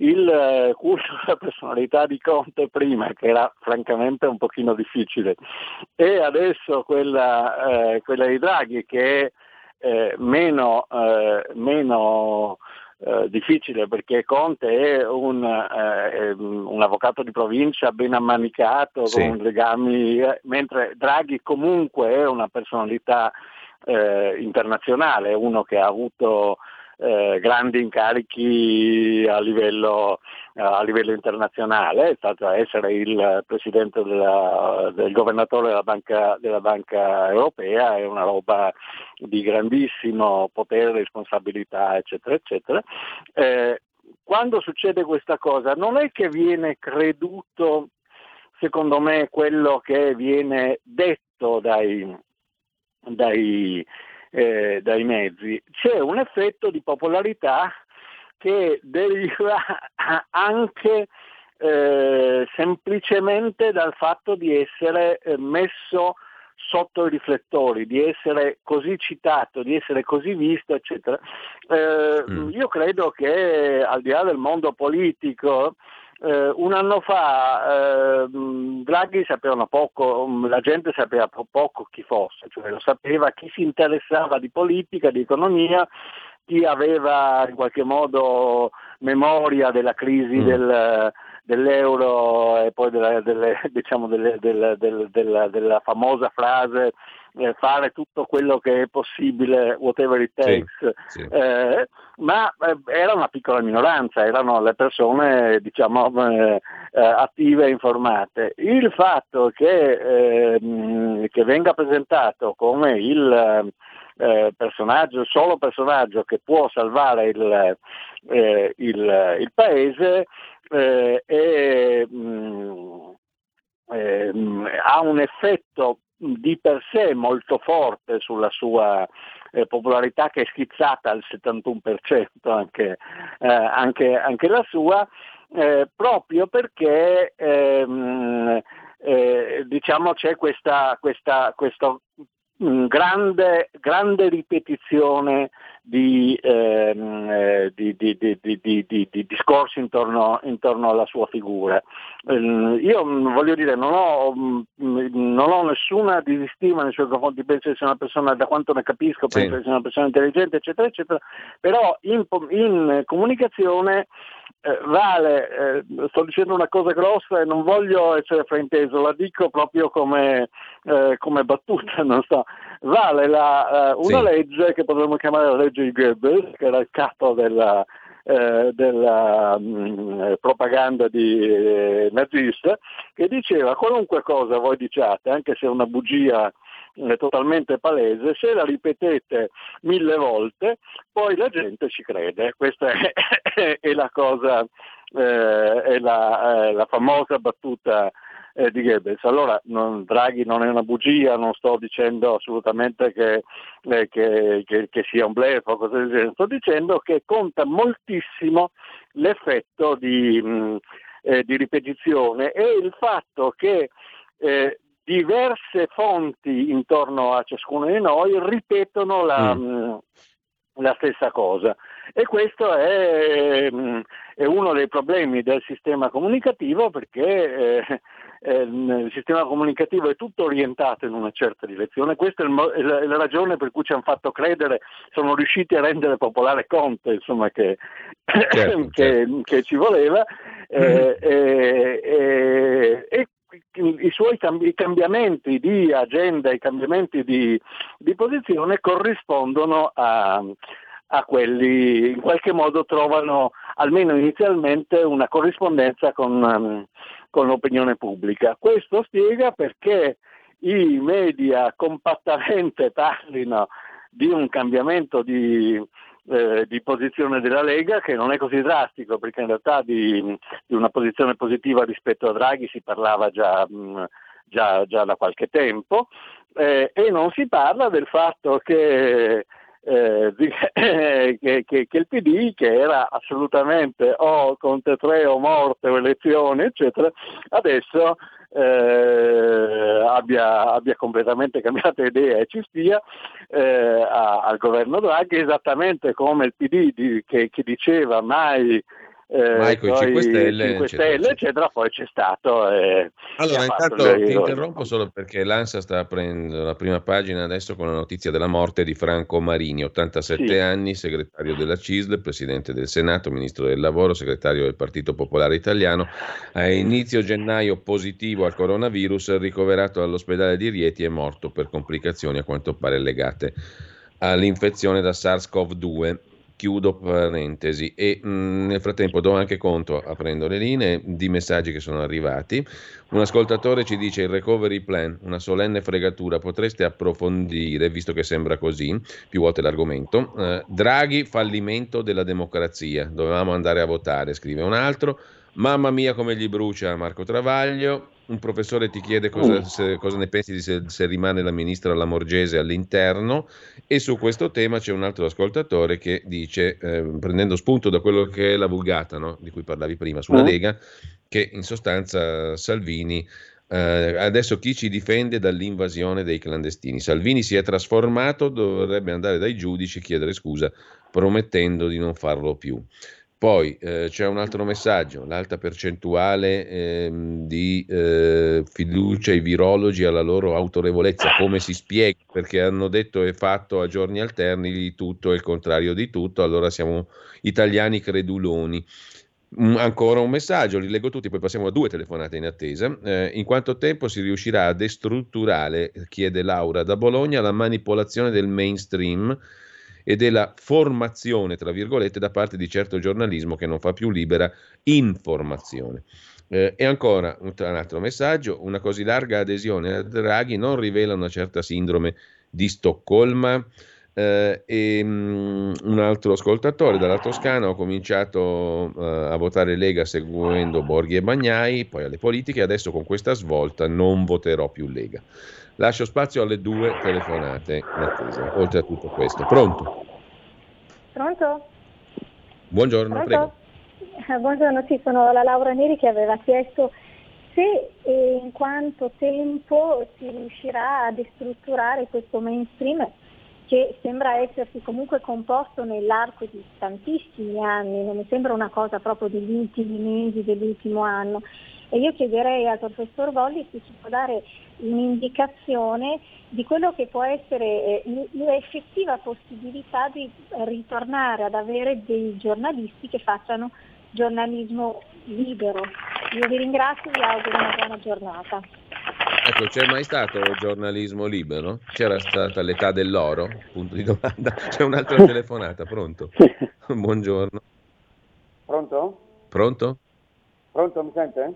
S5: il culto della personalità di Conte prima, che era francamente un pochino difficile, e adesso quella, eh, quella di Draghi, che è eh, meno, eh, meno eh, difficile, perché Conte è un, eh, un avvocato di provincia ben ammanicato, sì, con legami, eh, mentre Draghi comunque è una personalità eh, internazionale, uno che ha avuto Eh, grandi incarichi a livello, a livello internazionale, è stato a essere il presidente della, del governatore della banca, della banca europea, è una roba di grandissimo potere, responsabilità, eccetera, eccetera. Eh, quando succede questa cosa non è che viene creduto, secondo me, quello che viene detto dai, dai Eh, dai mezzi, c'è un effetto di popolarità che deriva anche eh, semplicemente dal fatto di essere eh, messo sotto i riflettori, di essere così citato, di essere così visto, eccetera. Eh, mm. Io credo che, al di là del mondo politico, Uh, un anno fa uh, Draghi sapevano poco, um, la gente sapeva po- poco chi fosse, cioè lo sapeva chi si interessava di politica, di economia, chi aveva in qualche modo memoria della crisi mm. del, dell'euro e poi della, delle, diciamo delle, della, della, della, della famosa frase eh, fare tutto quello che è possibile, whatever it takes, sì, sì. Eh, ma eh, era una piccola minoranza, erano le persone, diciamo, eh, eh, attive e informate. Il fatto che, eh, che venga presentato come il eh, personaggio, il solo personaggio che può salvare il, eh, il, il paese, eh, è, mh, eh, ha un effetto di per sé molto forte sulla sua eh, popolarità, che è schizzata al settantuno per cento anche, eh, anche, anche la sua, eh, proprio perché ehm, eh, diciamo c'è questa, questa, questo mh, grande, grande ripetizione di, ehm, eh, di, di, di, di, di, di, di discorsi intorno, intorno alla sua figura. Eh, io mh, voglio dire, non ho, mh, non ho nessuna disistima nei suoi confronti, penso che sia una persona, da quanto ne capisco, penso sì. che sia una persona intelligente, eccetera, eccetera, però in, in comunicazione eh, vale, eh, sto dicendo una cosa grossa e non voglio essere frainteso, la dico proprio come, eh, come battuta, non so, vale la, uh, una sì. legge che potremmo chiamare la legge di Goebbels, che era il capo della, eh, della mh, propaganda di, eh, nazista, che diceva: qualunque cosa voi diciate, anche se è una bugia eh, totalmente palese, se la ripetete mille volte poi la gente ci crede. Questa è, è la cosa, eh, è la, eh, la famosa battuta eh, di Goebbels. Allora non, Draghi non è una bugia, non sto dicendo assolutamente che, eh, che, che, che sia un bluff o cose del genere, sto dicendo che conta moltissimo l'effetto di, mh, eh, di ripetizione e il fatto che eh, diverse fonti intorno a ciascuno di noi ripetono la, mm. mh, la stessa cosa, e questo è, mh, è uno dei problemi del sistema comunicativo, perché eh, eh, il sistema comunicativo è tutto orientato in una certa direzione. Questa è, il, è, la, è la ragione per cui ci hanno fatto credere, sono riusciti a rendere popolare Conte, insomma, che,
S3: certo,
S5: che,
S3: certo.
S5: che ci voleva, eh, eh, eh, e i suoi cambi- i cambiamenti di agenda, i cambiamenti di, di posizione corrispondono a, a quelli, in qualche modo trovano almeno inizialmente una corrispondenza con, um, con l'opinione pubblica. Questo spiega perché i media compattamente parlino di un cambiamento di Eh, di posizione della Lega, che non è così drastico, perché in realtà di, di una posizione positiva rispetto a Draghi si parlava già, mh, già, già da qualche tempo, eh, e non si parla del fatto che, eh, di, che, che, che il P D, che era assolutamente o Conte tre o morte o elezioni eccetera, adesso Eh, abbia, abbia completamente cambiato idea e ci stia eh, a, al governo Draghi, esattamente come il P D di, che, che diceva mai eh,
S3: mai con i cinque Stelle,
S5: cinque
S3: eccetera,
S5: Stelle
S3: eccetera.
S5: eccetera, poi c'è stato eh,
S3: allora intanto
S5: il...
S3: ti interrompo solo perché l'Ansa sta aprendo la prima pagina adesso con la notizia della morte di Franco Marini, ottantasette
S5: Sì.
S3: anni, segretario della C I S L, presidente del Senato, ministro del lavoro, segretario del Partito Popolare Italiano, a inizio gennaio positivo al coronavirus, ricoverato all'ospedale di Rieti e morto per complicazioni a quanto pare legate all'infezione da SARS-CoV due. Chiudo parentesi e mh, nel frattempo do anche conto, aprendo le linee, di messaggi che sono arrivati. Un ascoltatore ci dice: il recovery plan, una solenne fregatura, potreste approfondire, visto che sembra così, più volte l'argomento. Eh, Draghi, fallimento della democrazia, dovevamo andare a votare, scrive un altro. Mamma mia come gli brucia Marco Travaglio. Un professore ti chiede cosa, se, cosa ne pensi di se, se rimane la ministra Lamorgese all'interno, e su questo tema c'è un altro ascoltatore che dice, eh, prendendo spunto da quello che è la vulgata, no? Di cui parlavi prima sulla Lega, che in sostanza Salvini, eh, adesso chi ci difende dall'invasione dei clandestini? Salvini si è trasformato, dovrebbe andare dai giudici, chiedere scusa, promettendo di non farlo più. Poi eh, c'è un altro messaggio: l'alta percentuale eh, di eh, fiducia ai virologi alla loro autorevolezza, come si spiega? Perché hanno detto e fatto a giorni alterni di tutto e il contrario di tutto, allora siamo italiani creduloni. Mm, ancora un messaggio, li leggo tutti, poi passiamo a due telefonate in attesa. Eh, in quanto tempo si riuscirà a destrutturare, chiede Laura da Bologna, la manipolazione del mainstream e della formazione, tra virgolette, da parte di certo giornalismo che non fa più libera informazione? Eh, e ancora un, un altro messaggio: una così larga adesione a Draghi non rivela una certa sindrome di Stoccolma? Eh, e um, un altro ascoltatore dalla Toscana: ho cominciato uh, a votare Lega seguendo Borghi e Bagnai, poi alle politiche, adesso con questa svolta non voterò più Lega. Lascio spazio alle due telefonate in attesa, oltre a tutto questo. Pronto?
S12: Pronto?
S3: Buongiorno,
S12: Pronto?
S3: prego.
S12: Eh, buongiorno, sì, sono la Laura Neri che aveva chiesto se e in quanto tempo si riuscirà a destrutturare questo mainstream che sembra essersi comunque composto nell'arco di tantissimi anni, non mi sembra una cosa proprio degli ultimi mesi, dell'ultimo anno. E io chiederei al professor Volli se ci può dare un'indicazione di quello che può essere eh, l'effettiva possibilità di ritornare ad avere dei giornalisti che facciano giornalismo libero. Io vi ringrazio e vi auguro una buona giornata.
S3: Ecco, c'è mai stato giornalismo libero? C'era stata l'età dell'oro? Punto di domanda. C'è un'altra telefonata, pronto? Buongiorno.
S13: Pronto?
S3: Pronto?
S13: Pronto, mi sente?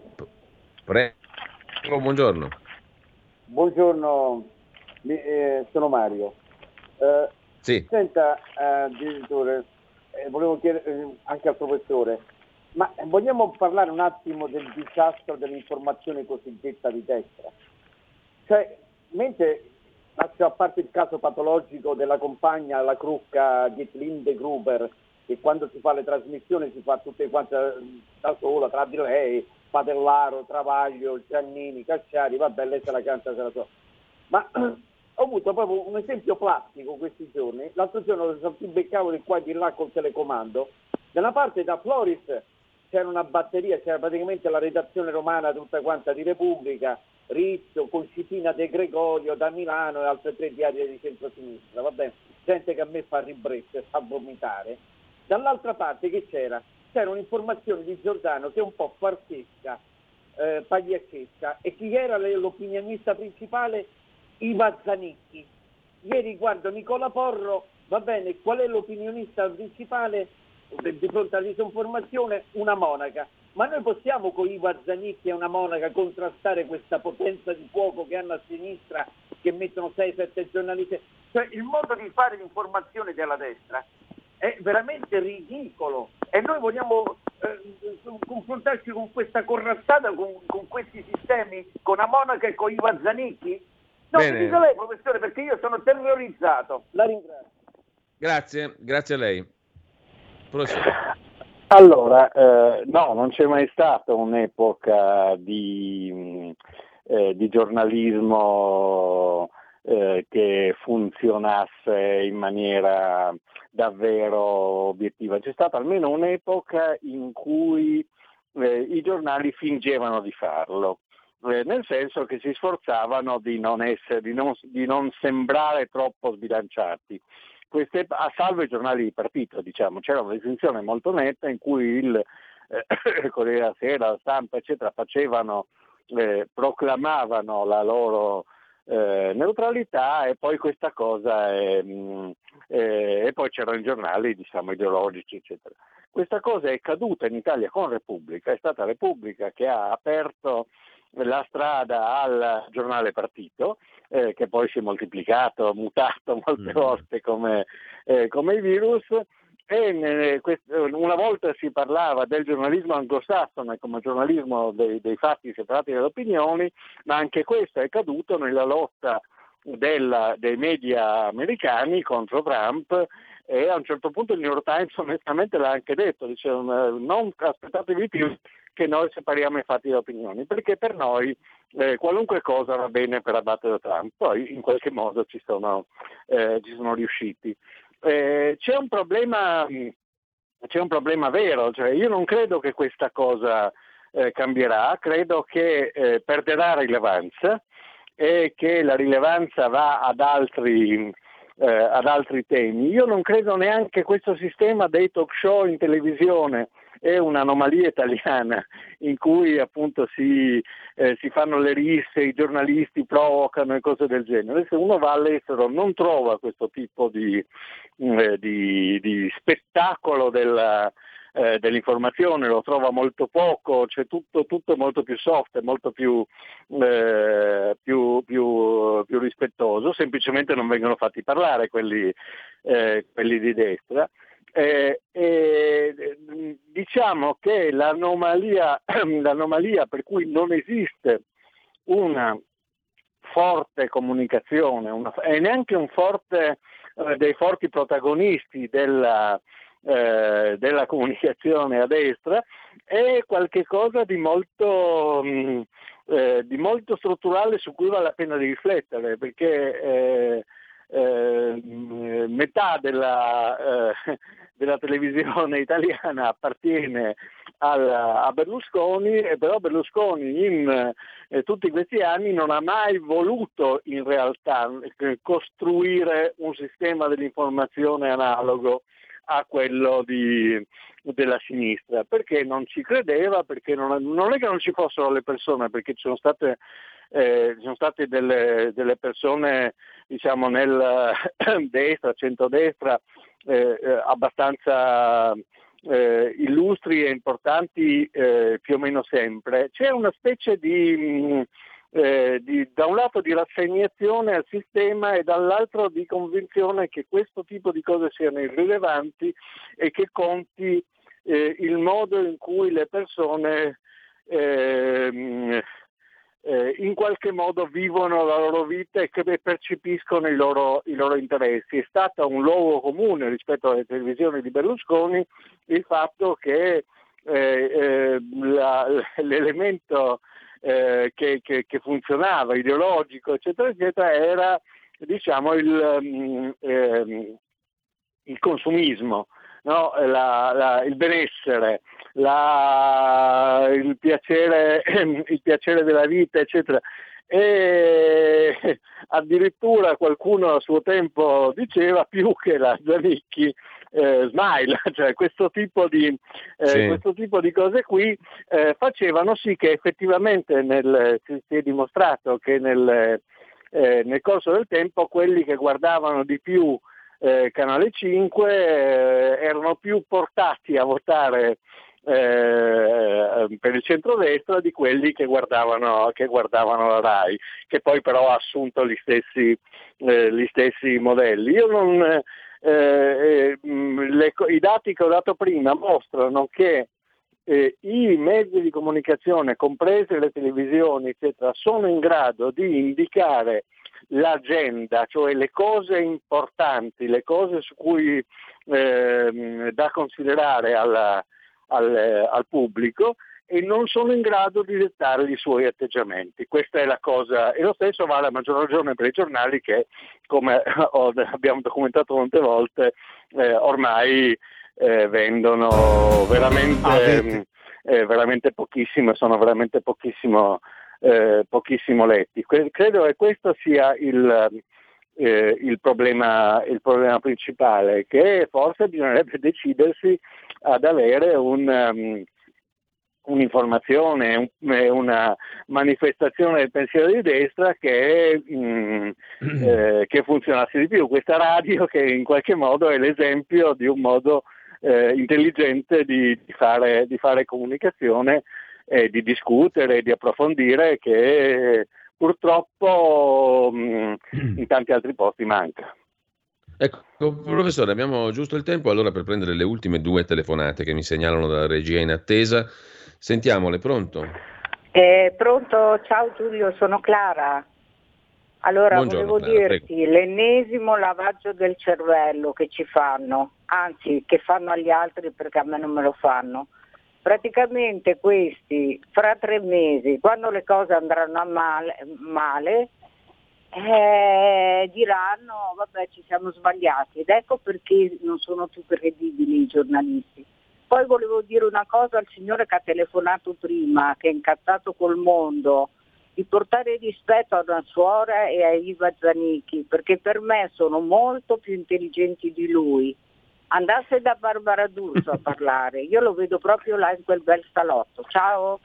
S3: Prego, buongiorno.
S13: Buongiorno, mi, eh, sono Mario. Eh,
S3: sì.
S13: Senta, eh, direttore, eh, volevo chiedere eh, anche al professore, Ma vogliamo parlare un attimo del disastro dell'informazione cosiddetta di destra? Cioè, mentre, a parte il caso patologico della compagna, la crocca Gietlinde Gruber, che quando si fa le trasmissioni si fa tutte quante da sola, tra di lei, Patellaro, Travaglio, Giannini, Cacciari, vabbè, lei se la canta, se la so. Ma ho avuto proprio un esempio plastico questi giorni. L'altro giorno sono più beccavo di qua e di là col telecomando. Da una parte da Floris c'era una batteria, c'era praticamente la redazione romana tutta quanta di Repubblica, Rizzo, Concipina De Gregorio da Milano e altre tre diarie di centrosinistra, va bene, gente che a me fa ribrezzo e fa vomitare. Dall'altra parte che c'era? C'era un'informazione di Giordano che è un po' farsesca, eh, pagliaccesca, e chi era l'opinionista principale? Iva Zanicchi. Ieri guardo Nicola Porro, va bene, qual è l'opinionista principale di fronte alla disinformazione? Una monaca. Ma noi possiamo con Iva Zanicchi e una monaca contrastare questa potenza di fuoco che hanno a sinistra, che mettono sei sette giornalisti? Cioè il modo di fare l'informazione della destra è veramente ridicolo e noi vogliamo eh, confrontarci con questa corazzata, con, con questi sistemi, con la monaca e con Iva Zanicchi? No, mi dica lei, professore, perché io sono terrorizzato. La ringrazio.
S3: Grazie, grazie a lei. Prossimo.
S5: Allora, eh, no, non c'è mai stata un'epoca di, eh, di giornalismo eh, che funzionasse in maniera davvero obiettiva. C'è stata almeno un'epoca in cui eh, i giornali fingevano di farlo. Eh, nel senso che si sforzavano di non essere, di non, di non sembrare troppo sbilanciati. Queste, a salvo i giornali di partito, diciamo, c'era una distinzione molto netta in cui il eh, Corriere della Sera, la Stampa, eccetera, facevano, eh, proclamavano la loro eh, neutralità e poi questa cosa è, mh, eh, e poi c'erano i giornali, diciamo, ideologici, eccetera. Questa cosa è caduta in Italia con Repubblica, è stata Repubblica che ha aperto la strada al giornale partito, eh, che poi si è moltiplicato, mutato molte volte come, eh, come i virus, e ne, quest- una volta si parlava del giornalismo anglosassone come giornalismo dei, dei fatti separati dalle opinioni, ma anche questo è caduto nella lotta della, dei media americani contro Trump, e a un certo punto il New York Times onestamente l'ha anche detto, dice non aspettatevi più che noi separiamo i fatti da opinioni, perché per noi eh, qualunque cosa va bene per abbattere Trump, poi in qualche modo ci sono, eh, ci sono riusciti. Eh, c'è un problema, c'è un problema vero, cioè io non credo che questa cosa eh, cambierà, credo che eh, perderà rilevanza e che la rilevanza va ad altri Eh, ad altri temi. Io non credo neanche questo sistema dei talk show in televisione è un'anomalia italiana in cui appunto si, eh, si fanno le risse, i giornalisti provocano e cose del genere. Se uno va all'estero non trova questo tipo di, eh, di, di spettacolo della, eh, dell'informazione, lo trova molto poco, c'è tutto, tutto molto più soft, molto più, eh, più, più, più rispettoso, semplicemente non vengono fatti parlare quelli, eh, quelli di destra. Eh, eh, diciamo che l'anomalia, l'anomalia per cui non esiste una forte comunicazione una, e neanche un forte, eh, dei forti protagonisti della, eh, della comunicazione a destra è qualche cosa di molto, mh, eh, di molto strutturale su cui vale la pena di riflettere, perché eh, eh, metà della, eh, della televisione italiana appartiene al, a Berlusconi, e però Berlusconi in eh, tutti questi anni non ha mai voluto in realtà eh, costruire un sistema dell'informazione analogo a quello di, della sinistra, perché non ci credeva, perché non, non è che non ci fossero le persone, perché ci sono state eh, ci sono state delle, delle persone, diciamo, nel destra, centrodestra, eh, eh, abbastanza eh, illustri e importanti eh, più o meno sempre. C'è una specie di, mh, eh, di da un lato di rassegnazione al sistema e dall'altro di convinzione che questo tipo di cose siano irrilevanti e che conti eh, il modo in cui le persone eh, eh, in qualche modo vivono la loro vita e che percepiscono i loro, i loro interessi. È stato un luogo comune rispetto alle televisioni di Berlusconi il fatto che eh, eh, la, l'elemento eh, che, che, che funzionava, ideologico, eccetera, eccetera, era, diciamo, il, eh, il consumismo, no? la, la, il benessere, la, il, piacere, il piacere della vita, eccetera. E addirittura qualcuno a suo tempo diceva più che la Zanicchi eh, smile, cioè questo tipo di, eh, sì. questo tipo di cose qui eh, facevano sì che effettivamente nel, si, si è dimostrato che nel, eh, nel corso del tempo quelli che guardavano di più eh, Canale cinque eh, erano più portati a votare Eh, per il centrodestra di quelli che guardavano, che guardavano la RAI, che poi però ha assunto gli stessi, eh, gli stessi modelli. Io non, eh, eh, le, i dati che ho dato prima mostrano che eh, i mezzi di comunicazione, comprese le televisioni, eccetera, sono in grado di indicare l'agenda, cioè le cose importanti, le cose su cui eh, da considerare alla Al, al pubblico, e non sono in grado di dettare i suoi atteggiamenti. Questa è la cosa, e lo stesso vale a maggior ragione per i giornali che, come ho, abbiamo documentato molte volte, eh, ormai eh, vendono veramente, eh, veramente pochissimo, sono veramente pochissimo, eh, pochissimo letti. Credo che questo sia il Eh, il problema, il problema principale, che forse bisognerebbe decidersi ad avere un, um, un'informazione, un, una manifestazione del pensiero di destra che, um, eh, che funzionasse di più. Questa radio che in qualche modo è l'esempio di un modo eh, intelligente di, di, fare, di fare comunicazione, eh, di discutere, di approfondire, che purtroppo mh, in tanti altri posti manca.
S3: Ecco, professore, abbiamo giusto il tempo allora per prendere le ultime due telefonate che mi segnalano dalla regia in attesa. Sentiamole, pronto?
S14: Eh, pronto, ciao Giulio, sono Clara. Allora,
S3: Buongiorno,
S14: volevo
S3: Clara,
S14: dirti,
S3: prego.
S14: L'ennesimo lavaggio del cervello che ci fanno, anzi che fanno agli altri perché a me non me lo fanno. Praticamente questi fra tre mesi, quando le cose andranno a male, male eh, diranno vabbè ci siamo sbagliati, ed ecco perché non sono più credibili i giornalisti. Poi volevo dire una cosa al signore che ha telefonato prima, che è incazzato col mondo, di portare rispetto a una suora e a Iva Zanicchi, perché per me sono molto più intelligenti di lui. Andasse da Barbara D'Urso a parlare, io lo vedo proprio là in quel bel salotto. Ciao.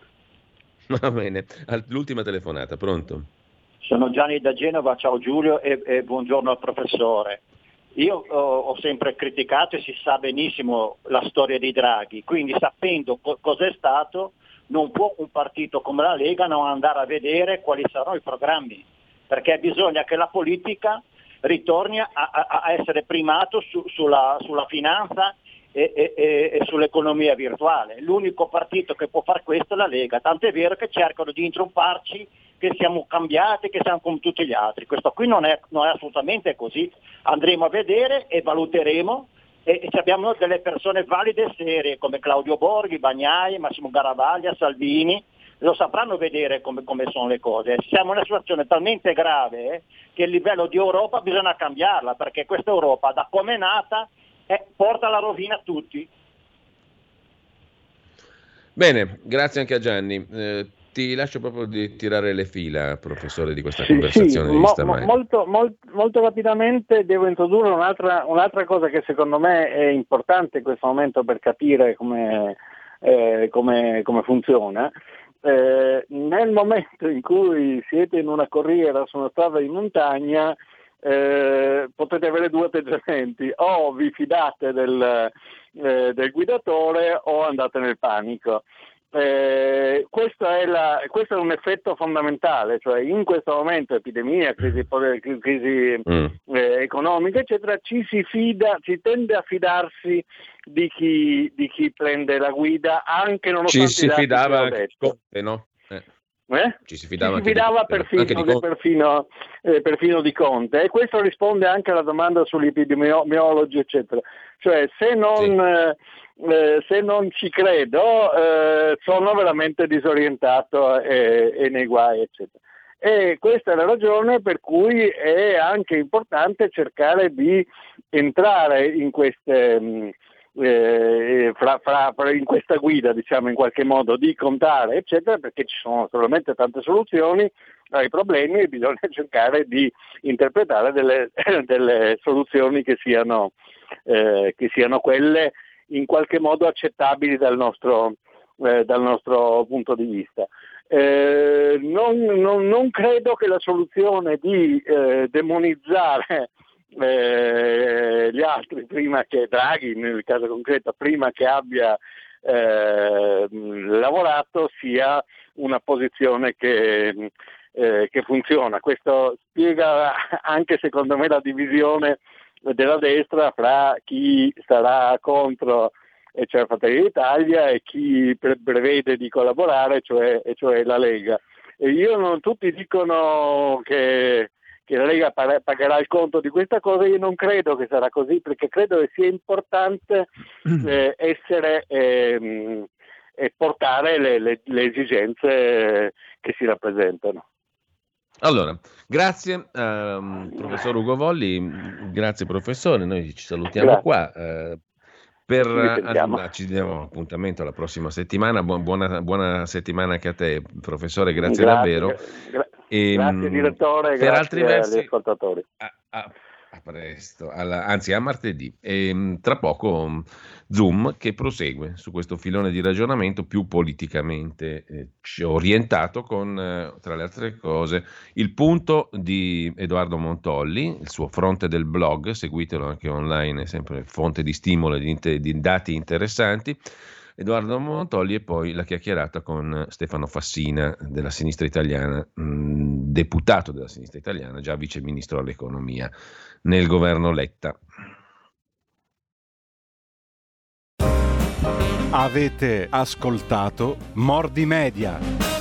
S3: Va bene, l'ultima telefonata, pronto?
S15: Sono Gianni da Genova, ciao Giulio e, e buongiorno al professore. Io ho, ho sempre criticato e si sa benissimo la storia di Draghi, quindi sapendo co- cos'è stato non può un partito come la Lega non andare a vedere quali saranno i programmi, perché bisogna che la politica ritorni a, a, a essere primato su, sulla, sulla finanza e, e, e sull'economia virtuale. L'unico partito che può fare questo è la Lega, tant'è vero che cercano di intromparci che siamo cambiati, che siamo come tutti gli altri. Questo qui non è, non è assolutamente così. Andremo a vedere e valuteremo, e, e abbiamo delle persone valide e serie come Claudio Borghi, Bagnai, Massimo Garavaglia, Salvini, lo sapranno vedere come, come sono le cose. Siamo in una situazione talmente grave eh, che il livello di Europa bisogna cambiarla, perché questa Europa, da come è nata, eh, porta alla rovina a tutti.
S3: Bene, grazie anche a Gianni. Eh, ti lascio proprio di tirare le fila, professore, di questa
S5: sì,
S3: conversazione
S5: sì,
S3: di
S5: mo,
S3: stamani.
S5: Molto, molto, molto rapidamente devo introdurre un'altra, un'altra cosa che secondo me è importante in questo momento per capire come, eh, come, come funziona. Eh, nel momento in cui siete in una corriera su una strada di montagna eh, potete avere due atteggiamenti: o vi fidate del, eh, del guidatore o andate nel panico. Eh, questo, è la, questo è un effetto fondamentale, cioè in questo momento epidemia, crisi, crisi mm. eh, economica eccetera, ci si fida, si tende a fidarsi di chi, di chi prende la guida, anche nonostante
S3: ci si fidava anche di Conte, no? Eh.
S5: Eh?
S3: Ci si fidava,
S5: ci si fidava
S3: di,
S5: perfino,
S3: anche di
S5: perfino, eh, perfino di Conte, e questo risponde anche alla domanda sugli epidemiologi eccetera, cioè se non sì. eh, Eh, se non ci credo eh, sono veramente disorientato e, e nei guai eccetera, e questa è la ragione per cui è anche importante cercare di entrare in queste mh, eh, fra, fra, fra, in questa guida, diciamo, in qualche modo di contare eccetera, perché ci sono naturalmente tante soluzioni ai problemi e bisogna cercare di interpretare delle, delle soluzioni che siano, eh, che siano quelle in qualche modo accettabili dal nostro, eh, dal nostro punto di vista. Eh, non, non, non credo che la soluzione di eh, demonizzare eh, gli altri prima che Draghi, nel caso concreto, prima che abbia eh, lavorato, sia una posizione che, eh, che funziona. Questo spiega anche, secondo me, la divisione della destra fra chi sarà contro, e cioè Fratelli d'Italia, e chi pre- prevede di collaborare, cioè, e cioè la Lega. E io non, tutti dicono che, che la Lega pagherà il conto di questa cosa, io non credo che sarà così, perché credo che sia importante eh, essere ehm, e portare le, le, le esigenze che si rappresentano.
S3: Allora, grazie um, professor Ugo Volli, grazie professore, noi ci salutiamo grazie. qua. Uh, per, uh, ci diamo appuntamento alla prossima settimana, Bu- buona, buona settimana anche a te professore, grazie, grazie davvero.
S5: Gra- e, grazie direttore, per grazie altri versi, agli ascoltatori.
S3: A, a, a presto, alla, anzi a martedì. E, tra poco Zoom che prosegue su questo filone di ragionamento più politicamente eh, orientato con, eh, tra le altre cose, il punto di Edoardo Montolli, il suo fronte del blog, seguitelo anche online, è sempre fonte di stimolo e di, inter- di dati interessanti. Edoardo Montolli, e poi la chiacchierata con Stefano Fassina della sinistra italiana, mh, deputato della sinistra italiana, già vice ministro all'economia nel governo Letta.
S1: Avete ascoltato Mordi Media.